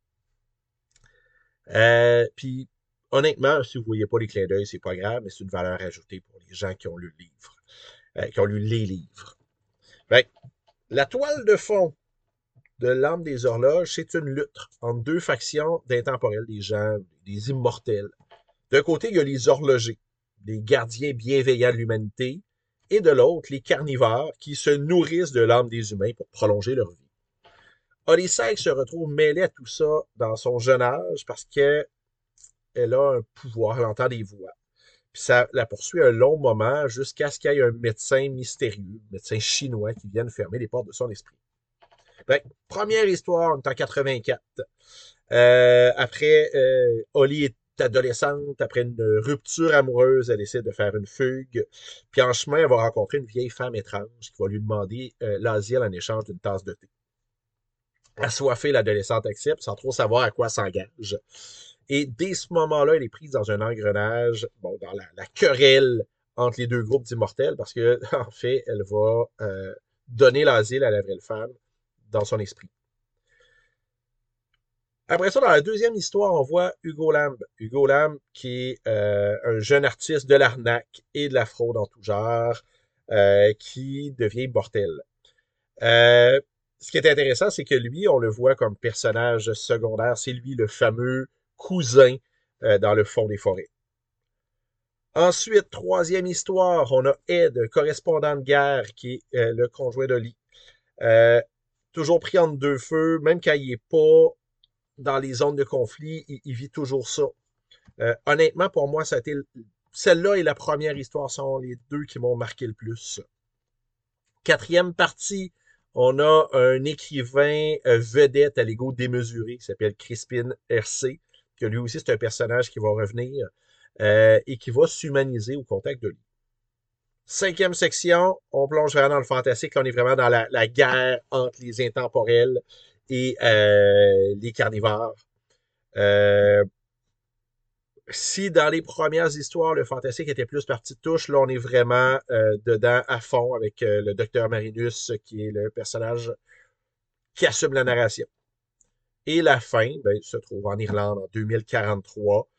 [SPEAKER 1] Puis, honnêtement, si vous ne voyez pas les clins d'œil, c'est pas grave, mais c'est une valeur ajoutée pour les gens qui ont lu le livre, qui ont lu les livres. Fait, la toile de fond de L'Âme des horloges, c'est une lutte entre 2 factions d'intemporels, des gens, des immortels. D'un côté, il y a les horlogers, les gardiens bienveillants de l'humanité, et de l'autre, les carnivores qui se nourrissent de l'âme des humains pour prolonger leur vie. Holly Syke se retrouve mêlée à tout ça dans son jeune âge parce qu'elle a un pouvoir, elle entend des voix. Puis ça la poursuit un long moment jusqu'à ce qu'il y ait un médecin mystérieux, un médecin chinois qui vienne fermer les portes de son esprit. Première histoire, on est en 84. Après, Holly est adolescente, après une rupture amoureuse, elle essaie de faire une fugue. Puis en chemin, elle va rencontrer une vieille femme étrange qui va lui demander l'asile en échange d'une tasse de thé. Assoiffée, l'adolescente accepte sans trop savoir à quoi s'engage. Et dès ce moment-là, elle est prise dans un engrenage, bon, dans la querelle entre les deux groupes d'immortels, parce que en fait, elle va donner l'asile à la vraie femme dans son esprit. Après ça, dans la deuxième histoire, on voit Hugo Lamb. Hugo Lamb, qui est un jeune artiste de l'arnaque et de la fraude en tout genre, qui devient mortel. Ce qui est intéressant, c'est que lui, on le voit comme personnage secondaire. C'est lui le fameux cousin dans le fond des forêts. Ensuite, troisième histoire, on a Ed, correspondant de guerre, qui est le conjoint d'Holly. Toujours pris entre deux feux, même quand il n'est pas dans les zones de conflit, il vit toujours ça. Honnêtement, pour moi, ça a été celle-là et la première histoire sont les deux qui m'ont marqué le plus. Quatrième partie, on a un écrivain vedette à l'ego démesuré qui s'appelle Crispin RC, que lui aussi c'est un personnage qui va revenir et qui va s'humaniser au contact de lui. Cinquième section, on plonge vraiment dans le fantastique. Là, on est vraiment dans la guerre entre les intemporels et les carnivores. Si dans les premières histoires, le fantastique était plus partie de touche, là, on est vraiment dedans à fond avec le docteur Marinus, qui est le personnage qui assume la narration. Et la fin, ben, se trouve en Irlande en 2043,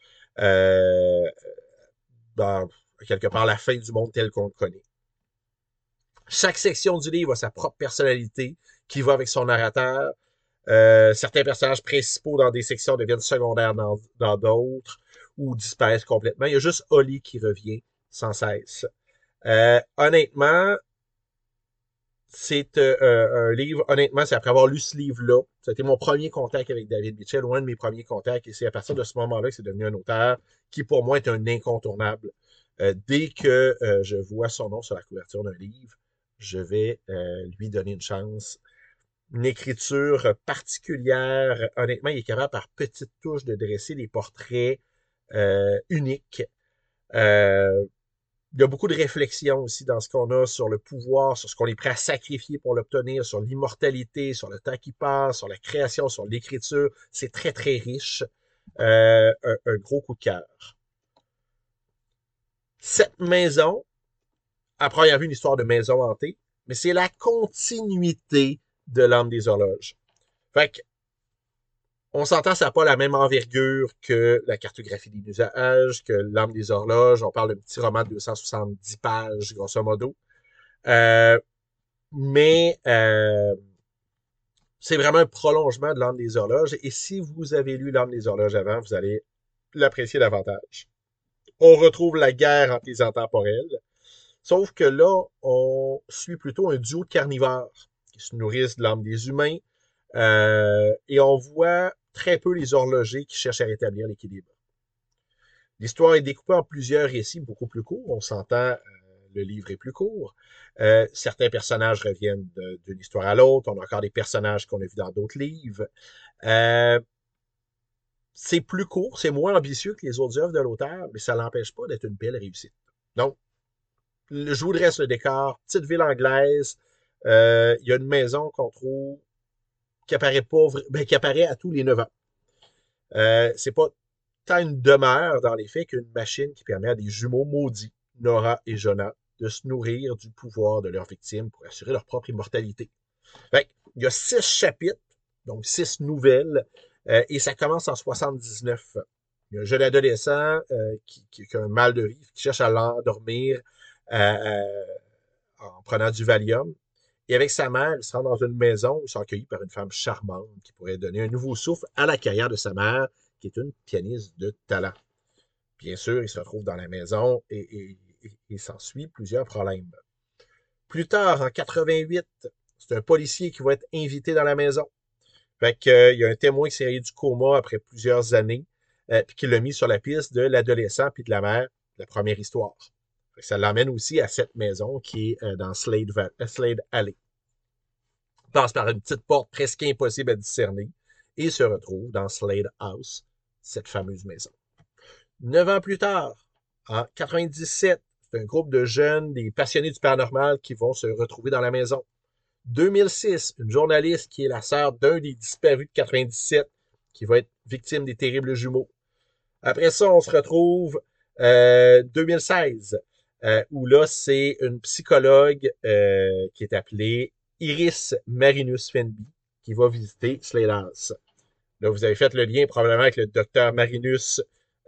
[SPEAKER 1] dans quelque part la fin du monde tel qu'on le connaît. Chaque section du livre a sa propre personnalité qui va avec son narrateur. Certains personnages principaux dans des sections deviennent secondaires dans d'autres ou disparaissent complètement. Il y a juste Holly qui revient sans cesse. Honnêtement, c'est un livre, honnêtement, c'est après avoir lu ce livre-là, ça a été mon premier contact avec David Mitchell, ou un de mes premiers contacts, et c'est à partir de ce moment-là que c'est devenu un auteur qui, pour moi, est un incontournable. Dès que je vois son nom sur la couverture d'un livre, je vais lui donner une chance. Une écriture particulière. Honnêtement, il est capable par petites touches de dresser des portraits uniques. Il y a beaucoup de réflexion aussi dans ce qu'on a sur le pouvoir, sur ce qu'on est prêt à sacrifier pour l'obtenir, sur l'immortalité, sur le temps qui passe, sur la création, sur l'écriture. C'est très, très riche. Un gros coup de cœur. Cette maison, à première vue, une histoire de maison hantée, mais c'est la continuité de l'âme des horloges. Fait que, on s'entend, ça n'a pas la même envergure que la cartographie des nuages, que l'âme des horloges. On parle d'un petit roman de 270 pages, grosso modo. Mais c'est vraiment un prolongement de l'âme des horloges. Et si vous avez lu l'âme des horloges avant, vous allez l'apprécier davantage. On retrouve la guerre entre les intemporels. Sauf que là, on suit plutôt un duo de carnivores qui se nourrissent de l'âme des humains. Et on voit très peu les horlogers qui cherchent à rétablir l'équilibre. L'histoire est découpée en plusieurs récits beaucoup plus courts. On s'entend, le livre est plus court. Certains personnages reviennent d'une histoire à l'autre. On a encore des personnages qu'on a vus dans d'autres livres. C'est plus court, c'est moins ambitieux que les autres œuvres de l'auteur, mais ça l'empêche pas d'être une belle réussite. Donc, je vous dresse le décor. Petite ville anglaise. Il y a une maison qu'on trouve qui apparaît pas, qui apparaît à tous les 9 ans. C'est pas tant une demeure dans les faits qu'une machine qui permet à des jumeaux maudits, Nora et Jonah, de se nourrir du pouvoir de leurs victimes pour assurer leur propre immortalité. Fait, il y a 6 chapitres, donc 6 nouvelles, et ça commence en 79. Il y a un jeune adolescent qui a un mal de vivre, qui cherche à l'endormir en prenant du Valium. Et avec sa mère, il se rend dans une maison où ils sont accueillis par une femme charmante qui pourrait donner un nouveau souffle à la carrière de sa mère, qui est une pianiste de talent. Bien sûr, il se retrouve dans la maison et s'ensuit plusieurs problèmes. Plus tard, en 88, c'est un policier qui va être invité dans la maison. Fait qu'il y a un témoin qui s'est réveillé du coma après plusieurs années, puis qui l'a mis sur la piste de l'adolescent puis de la mère, la première histoire. Ça l'emmène aussi à cette maison qui est dans Slade Alley. passe par une petite porte presque impossible à discerner et se retrouve dans Slade House, cette fameuse maison. 9 ans plus tard, en 97, c'est un groupe de jeunes, des passionnés du paranormal qui vont se retrouver dans la maison. 2006, une journaliste qui est la sœur d'un des disparus de 97 qui va être victime des terribles jumeaux. Après ça, on se retrouve 2016, où là, c'est une psychologue qui est appelée Iris Marinus Fenby qui va visiter Slade House. Là, vous avez fait le lien probablement avec le docteur Marinus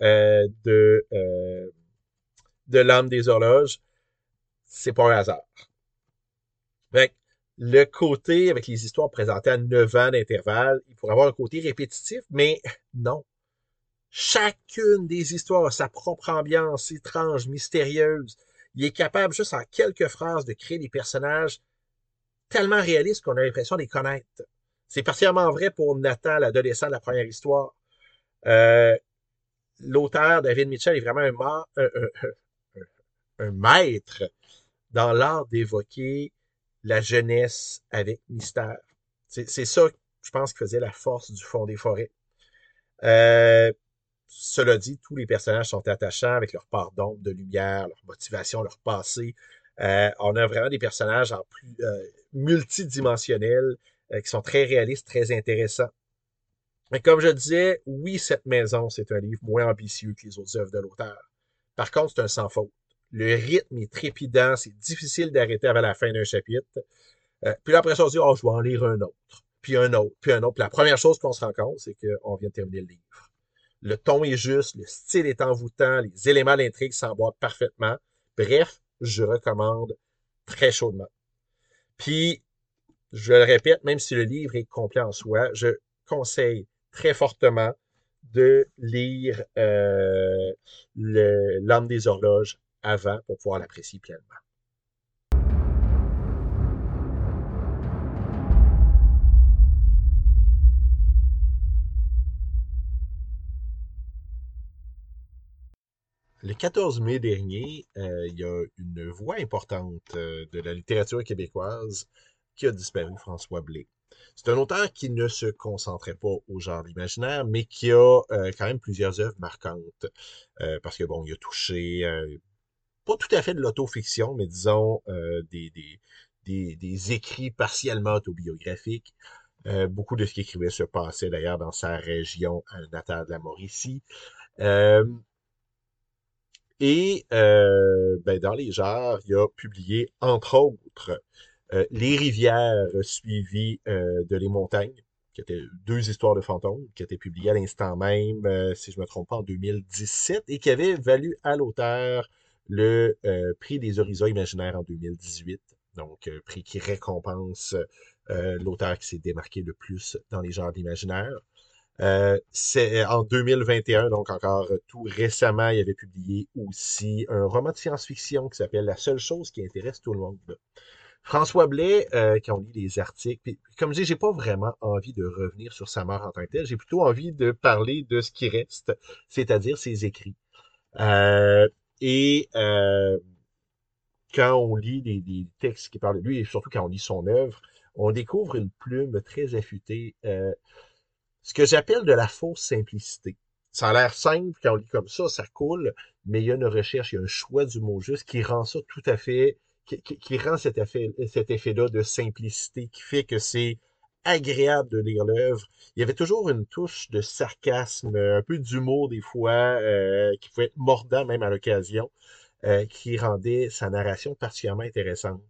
[SPEAKER 1] de l'âme des horloges. C'est pas un hasard. Fait que le côté avec les histoires présentées à 9 ans d'intervalle, il pourrait avoir un côté répétitif, mais non. Chacune des histoires a sa propre ambiance étrange, mystérieuse. Il est capable, juste en quelques phrases, de créer des personnages tellement réalistes qu'on a l'impression de les connaître. C'est particulièrement vrai pour Nathan, l'adolescent de la première histoire. L'auteur, David Mitchell, est vraiment un maître dans l'art d'évoquer la jeunesse avec mystère. C'est ça, je pense, qui faisait la force du Fond des forêts. Cela dit, tous les personnages sont attachants avec leur part d'ombre, de lumière, leur motivation, leur passé. On a vraiment des personnages en plus multidimensionnels qui sont très réalistes, très intéressants. Mais comme je disais, oui, Cette maison, c'est un livre moins ambitieux que les autres œuvres de l'auteur. Par contre, c'est un sans faute. Le rythme est trépidant, c'est difficile d'arrêter avant la fin d'un chapitre. Puis là, après ça, on se dit, oh, je vais en lire un autre, puis un autre, puis un autre. Puis la première chose qu'on se rend compte, c'est qu'on vient de terminer le livre. Le ton est juste, le style est envoûtant, les éléments d'intrigue s'emboîtent parfaitement. Bref, je recommande très chaudement. Puis, je le répète, même si le livre est complet en soi, je conseille très fortement de lire L'âme des horloges avant pour pouvoir l'apprécier pleinement. Le 14 mai dernier, il y a une voix importante de la littérature québécoise qui a disparu, François Blais. C'est un auteur qui ne se concentrait pas au genre imaginaire, mais qui a quand même plusieurs œuvres marquantes. Parce que bon, il a touché pas tout à fait de l'autofiction, mais disons des écrits partiellement autobiographiques. Beaucoup de ce qu'il écrivait se passait d'ailleurs dans sa région natale de la Mauricie. Dans les genres, il a publié, entre autres, Les rivières suivies de Les montagnes, qui étaient 2 histoires de fantômes, qui étaient publiées à l'instant même, si je ne me trompe pas, en 2017, et qui avaient valu à l'auteur le prix des horizons imaginaires en 2018. Donc, prix qui récompense l'auteur qui s'est démarqué le plus dans les genres d'imaginaire. C'est en 2021, donc encore tout récemment, il avait publié aussi un roman de science-fiction qui s'appelle La seule chose qui intéresse tout le monde. François Blais, quand on lit les articles, puis, comme je dis, j'ai pas vraiment envie de revenir sur sa mort en tant que telle, j'ai plutôt envie de parler de ce qui reste, c'est-à-dire ses écrits. Euh, et quand on lit des textes qui parlent de lui, et surtout quand on lit son œuvre, on découvre une plume très affûtée. Ce que j'appelle de la fausse simplicité. Ça a l'air simple, quand on lit comme ça coule, mais il y a une recherche, il y a un choix du mot juste qui rend ça tout à fait, qui rend cet effet-là de simplicité, qui fait que c'est agréable de lire l'œuvre. Il y avait toujours une touche de sarcasme, un peu d'humour des fois, qui pouvait être mordant même à l'occasion, qui rendait sa narration particulièrement intéressante.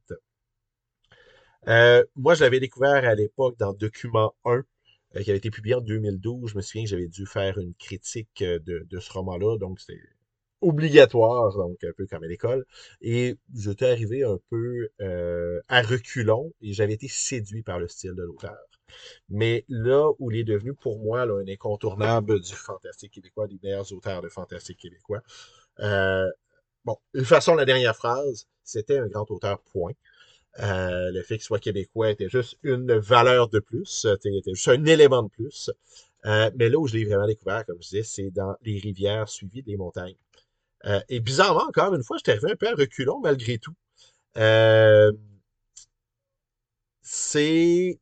[SPEAKER 1] Moi, je l'avais découvert à l'époque dans Document 1, qui avait été publié en 2012. Je me souviens que j'avais dû faire une critique de ce roman-là, donc c'était obligatoire, donc un peu comme à l'école. Et j'étais arrivé un peu à reculons et j'avais été séduit par le style de l'auteur. Mais là où il est devenu pour moi là, un incontournable du fantastique québécois, des meilleurs auteurs de fantastique québécois. Euh, bon, de toute façon, la dernière phrase, c'était un grand auteur, point. Le fait qu'il soit québécois était juste une valeur de plus, était juste un élément de plus. Mais là où je l'ai vraiment découvert, comme je disais, c'est dans les rivières suivies des montagnes. Et bizarrement, encore une fois, j'étais arrivé un peu à reculons malgré tout. Euh, c'est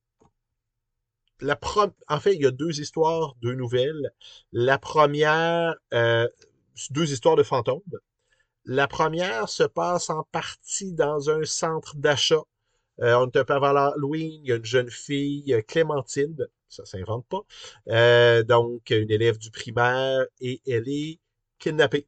[SPEAKER 1] en fait, il y a deux histoires, deux nouvelles. La première, deux histoires de fantômes. La première se passe en partie dans un centre d'achat. On est un peu avant l'Halloween, il y a une jeune fille, Clémentine, ça s'invente pas, donc une élève du primaire, et elle est kidnappée.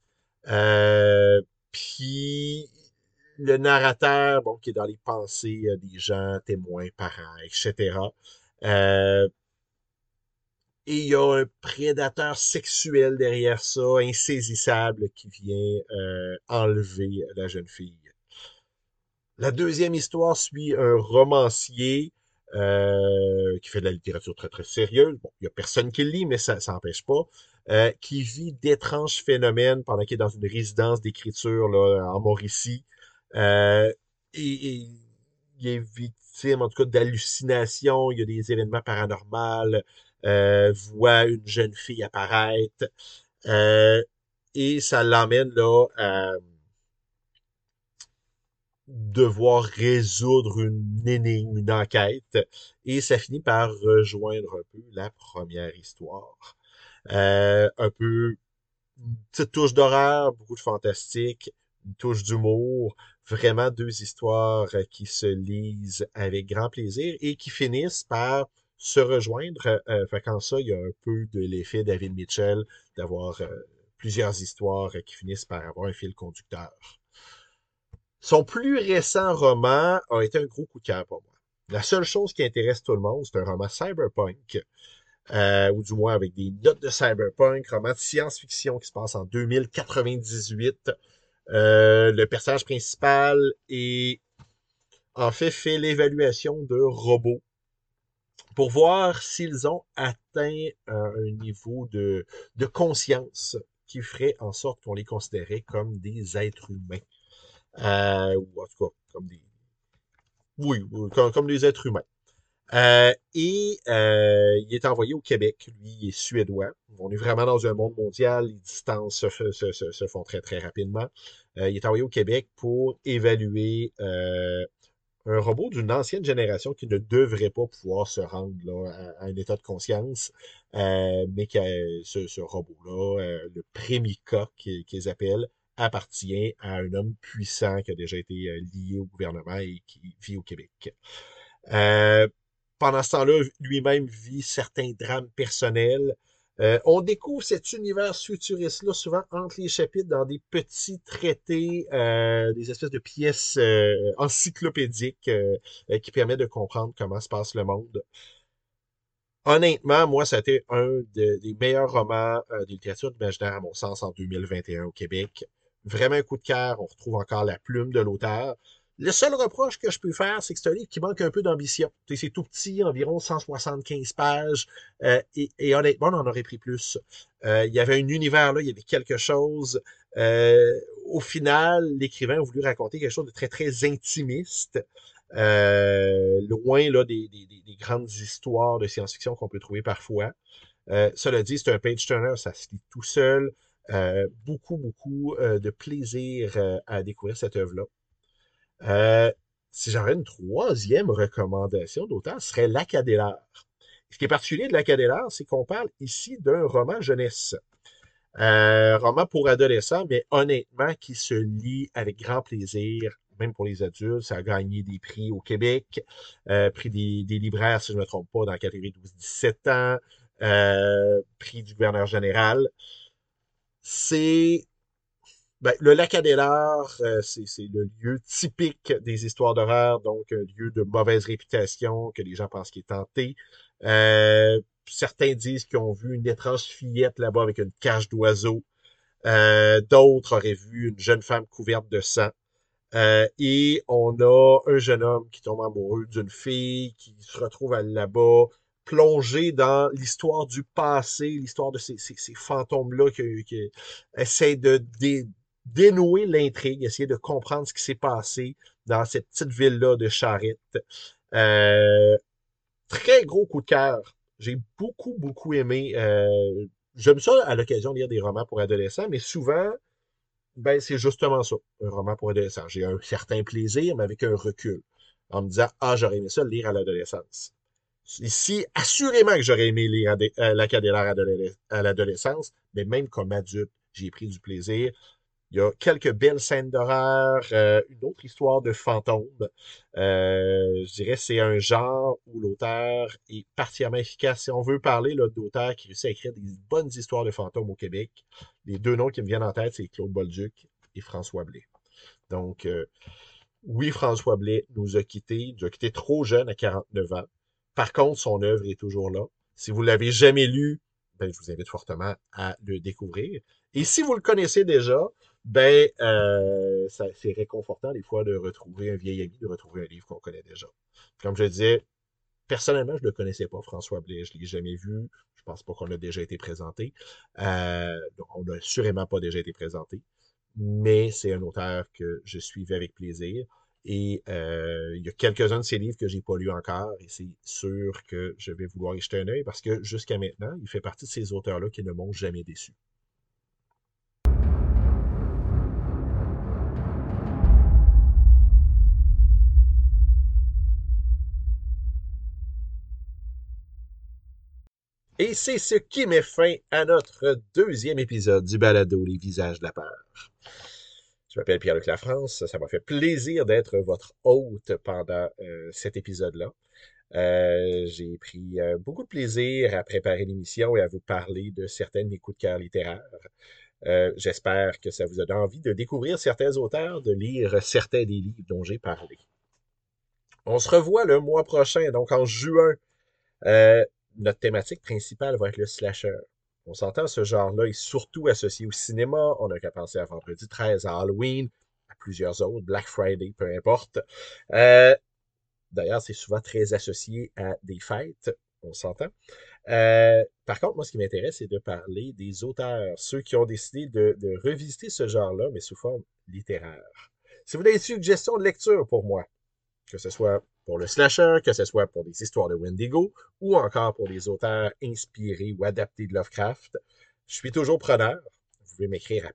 [SPEAKER 1] Puis le narrateur, bon, qui est dans les pensées des gens, témoins, parents, etc. Euh, et il y a un prédateur sexuel derrière ça, insaisissable, qui vient enlever la jeune fille. La deuxième histoire suit un romancier qui fait de la littérature très très sérieuse. Bon, il y a personne qui le lit, mais ça n'empêche pas. Qui vit d'étranges phénomènes pendant qu'il est dans une résidence d'écriture là, en Mauricie. Euh, et il est victime, en tout cas, d'hallucinations. Il y a des événements paranormaux. Voit une jeune fille apparaître. Euh, et ça l'emmène là à devoir résoudre une énigme, une enquête, et ça finit par rejoindre un peu la première histoire. Un peu une petite touche d'horreur, beaucoup de fantastique, une touche d'humour, vraiment deux histoires qui se lisent avec grand plaisir et qui finissent par se rejoindre. Fait qu'en ça, il y a un peu de l'effet David Mitchell d'avoir plusieurs histoires qui finissent par avoir un fil conducteur. Son plus récent roman a été un gros coup de cœur pour moi. La seule chose qui intéresse tout le monde, c'est un roman cyberpunk, ou du moins avec des notes de cyberpunk, roman de science-fiction qui se passe en 2098. Le personnage principal est en fait l'évaluation de robots pour voir s'ils ont atteint un niveau de conscience qui ferait en sorte qu'on les considérait comme des êtres humains. Ou en tout cas, comme des... Oui, comme des êtres humains. Il est envoyé au Québec. Lui, il est suédois. On est vraiment dans un monde mondial. Les distances se font très, très rapidement. Il est envoyé au Québec pour évaluer un robot d'une ancienne génération qui ne devrait pas pouvoir se rendre là, à un état de conscience, mais que ce robot-là, le Prémica qu'ils appellent, appartient à un homme puissant qui a déjà été lié au gouvernement et qui vit au Québec. Euh, Pendant ce temps-là, lui-même vit certains drames personnels. On découvre cet univers futuriste-là souvent entre les chapitres dans des petits traités, des espèces de pièces encyclopédiques qui permettent de comprendre comment se passe le monde. Honnêtement, moi, ça a été des meilleurs romans de littérature imaginaire, à mon sens, en 2021 au Québec. Vraiment un coup de cœur. On retrouve encore la plume de l'auteur. Le seul reproche que je peux faire, c'est que c'est un livre qui manque un peu d'ambition. C'est tout petit, environ 175 pages, et honnêtement, on en aurait pris plus. Il y avait un univers là, il y avait quelque chose. Au final, l'écrivain a voulu raconter quelque chose de très, très intimiste. Loin là, des grandes histoires de science-fiction qu'on peut trouver parfois. Cela dit, c'est un page-turner, ça se lit tout seul. Beaucoup, beaucoup de plaisir à découvrir cette œuvre-là. Si j'aurais une troisième recommandation d'auteur, ce serait L'Acadélaire. Ce qui est particulier de L'Acadélaire, c'est qu'on parle ici d'un roman jeunesse. Roman pour adolescents, mais honnêtement, qui se lit avec grand plaisir, même pour les adultes. Ça a gagné des prix au Québec, prix des libraires, si je ne me trompe pas, dans la catégorie 12-17 ans, prix du gouverneur général. C'est le lac Adélard, c'est le lieu typique des histoires d'horreur, donc un lieu de mauvaise réputation, que les gens pensent qu'il est hanté. Certains disent qu'ils ont vu une étrange fillette là-bas avec une cage d'oiseaux. D'autres auraient vu une jeune femme couverte de sang. Et on a un jeune homme qui tombe amoureux d'une fille, qui se retrouve là-bas, plongé dans l'histoire du passé, l'histoire de ces fantômes-là qui essaient de dénouer l'intrigue, essayer de comprendre ce qui s'est passé dans cette petite ville-là de Charette. Euh, Très gros coup de cœur. J'ai beaucoup, beaucoup aimé. J'aime ça à l'occasion de lire des romans pour adolescents, mais souvent, ben, c'est justement ça, un roman pour adolescents. J'ai un certain plaisir, mais avec un recul. en me disant « Ah, j'aurais aimé ça le lire à l'adolescence. » Ici, assurément que j'aurais aimé lire La Cadélaire à l'adolescence, mais même comme adulte, j'ai pris du plaisir. Il y a quelques belles scènes d'horreur, une autre histoire de fantôme. Je dirais que c'est un genre où l'auteur est particulièrement efficace. Si on veut parler là, d'auteurs qui réussissent à écrire des bonnes histoires de fantômes au Québec, les deux noms qui me viennent en tête, c'est Claude Bolduc et François Blais. Donc, oui, François Blais nous a quittés trop jeune à 49 ans. Par contre, son œuvre est toujours là. Si vous l'avez jamais lu, ben, je vous invite fortement à le découvrir. Et si vous le connaissez déjà, ben, c'est réconfortant des fois de retrouver un vieil ami, de retrouver un livre qu'on connaît déjà. Comme je disais, personnellement, je ne le connaissais pas, François Blais. Je ne l'ai jamais vu. Je pense pas qu'on a déjà été présenté. On n'a sûrement pas déjà été présenté. Mais c'est un auteur que je suivais avec plaisir. Et il y a quelques-uns de ses livres que j'ai pas lus encore. Et c'est sûr que je vais vouloir y jeter un œil parce que jusqu'à maintenant, il fait partie de ces auteurs-là qui ne m'ont jamais déçu. Et c'est ce qui met fin à notre deuxième épisode du balado Les Visages de la peur. Je m'appelle Pierre-Luc Lafrance. Ça m'a fait plaisir d'être votre hôte pendant cet épisode-là. J'ai pris beaucoup de plaisir à préparer l'émission et à vous parler de certains de mes coups de cœur littéraires. J'espère que ça vous a donné envie de découvrir certains auteurs, de lire certains des livres dont j'ai parlé. On se revoit le mois prochain, donc en juin. Notre thématique principale va être le slasher. On s'entend, ce genre-là est surtout associé au cinéma. On n'a qu'à penser à Vendredi 13, à Halloween, à plusieurs autres, Black Friday, peu importe. D'ailleurs, c'est souvent très associé à des fêtes, on s'entend. Par contre, moi, ce qui m'intéresse, c'est de parler des auteurs, ceux qui ont décidé de revisiter ce genre-là, mais sous forme littéraire. Si vous avez des suggestions de lecture pour moi, que ce soit pour le slasher, que ce soit pour des histoires de Wendigo, ou encore pour des auteurs inspirés ou adaptés de Lovecraft, je suis toujours preneur. Vous pouvez m'écrire à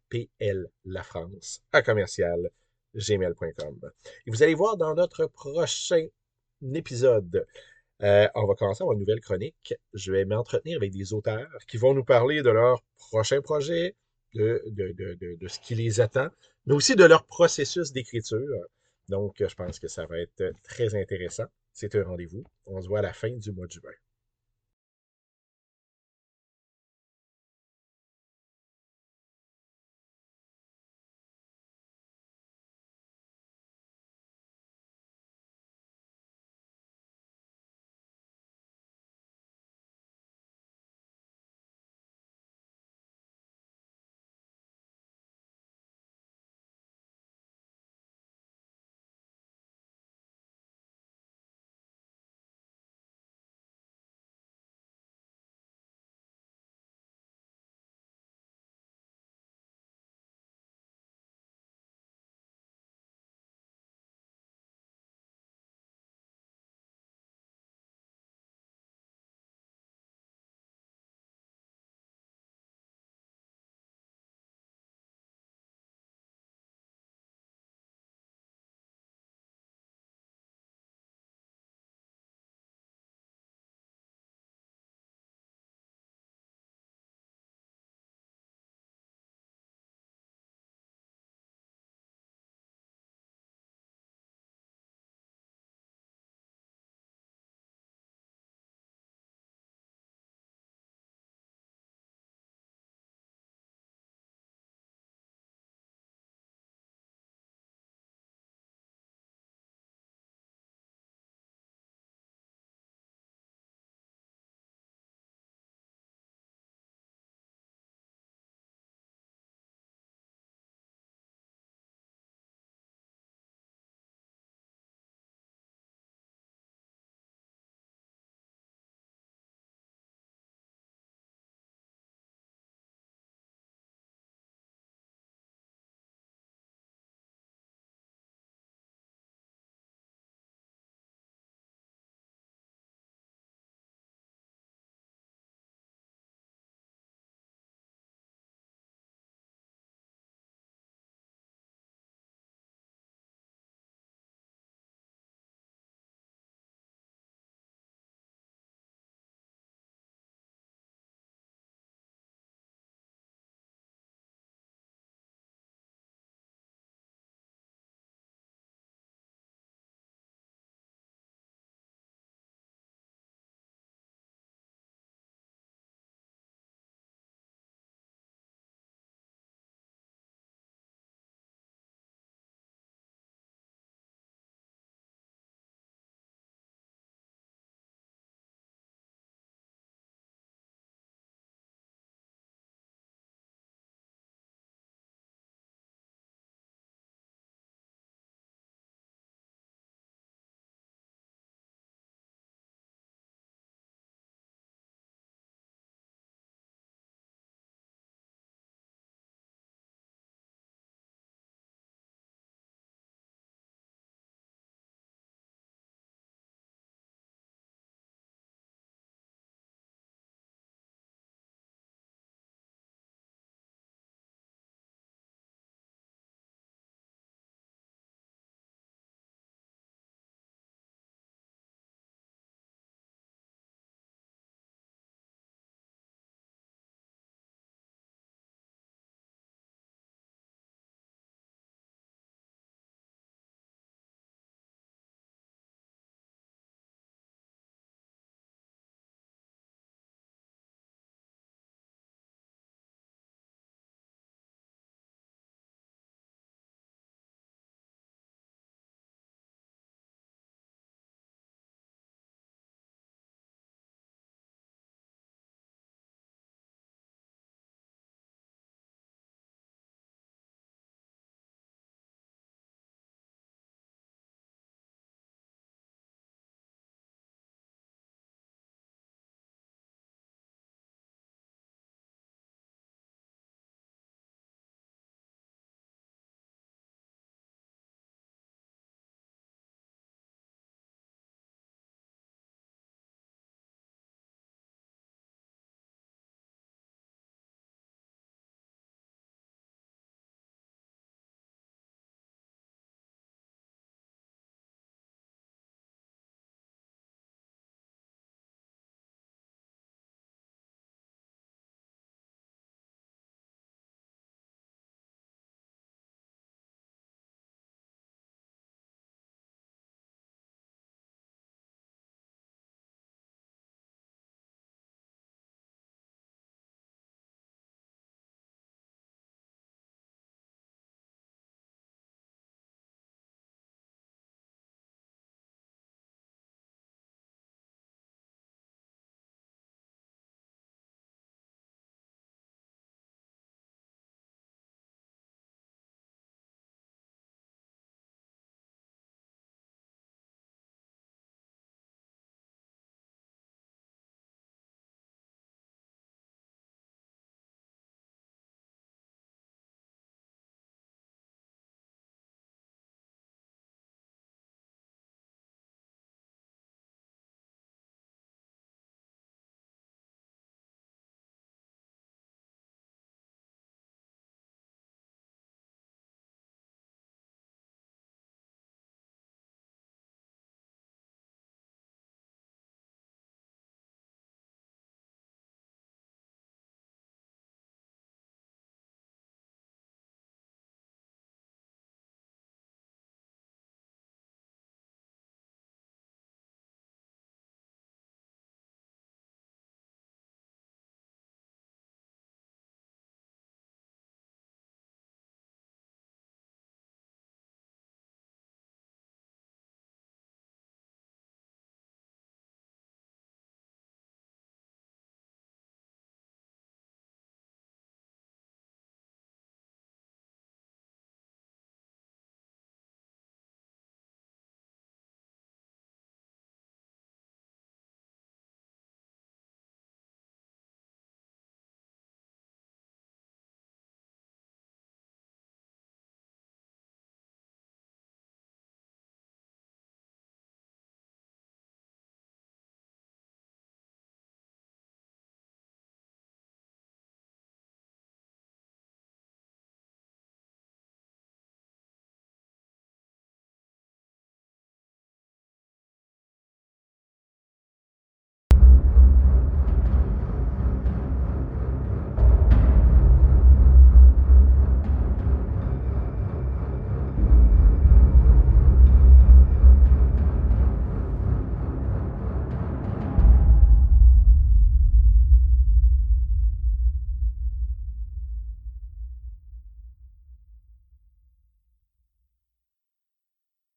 [SPEAKER 1] plafrance@gmail.com. Et vous allez voir dans notre prochain épisode, on va commencer à avoir une nouvelle chronique. Je vais m'entretenir avec des auteurs qui vont nous parler de leur prochain projet, de ce qui les attend, mais aussi de leur processus d'écriture. Donc, je pense que ça va être très intéressant. C'est un rendez-vous. On se voit à la fin du mois de juin.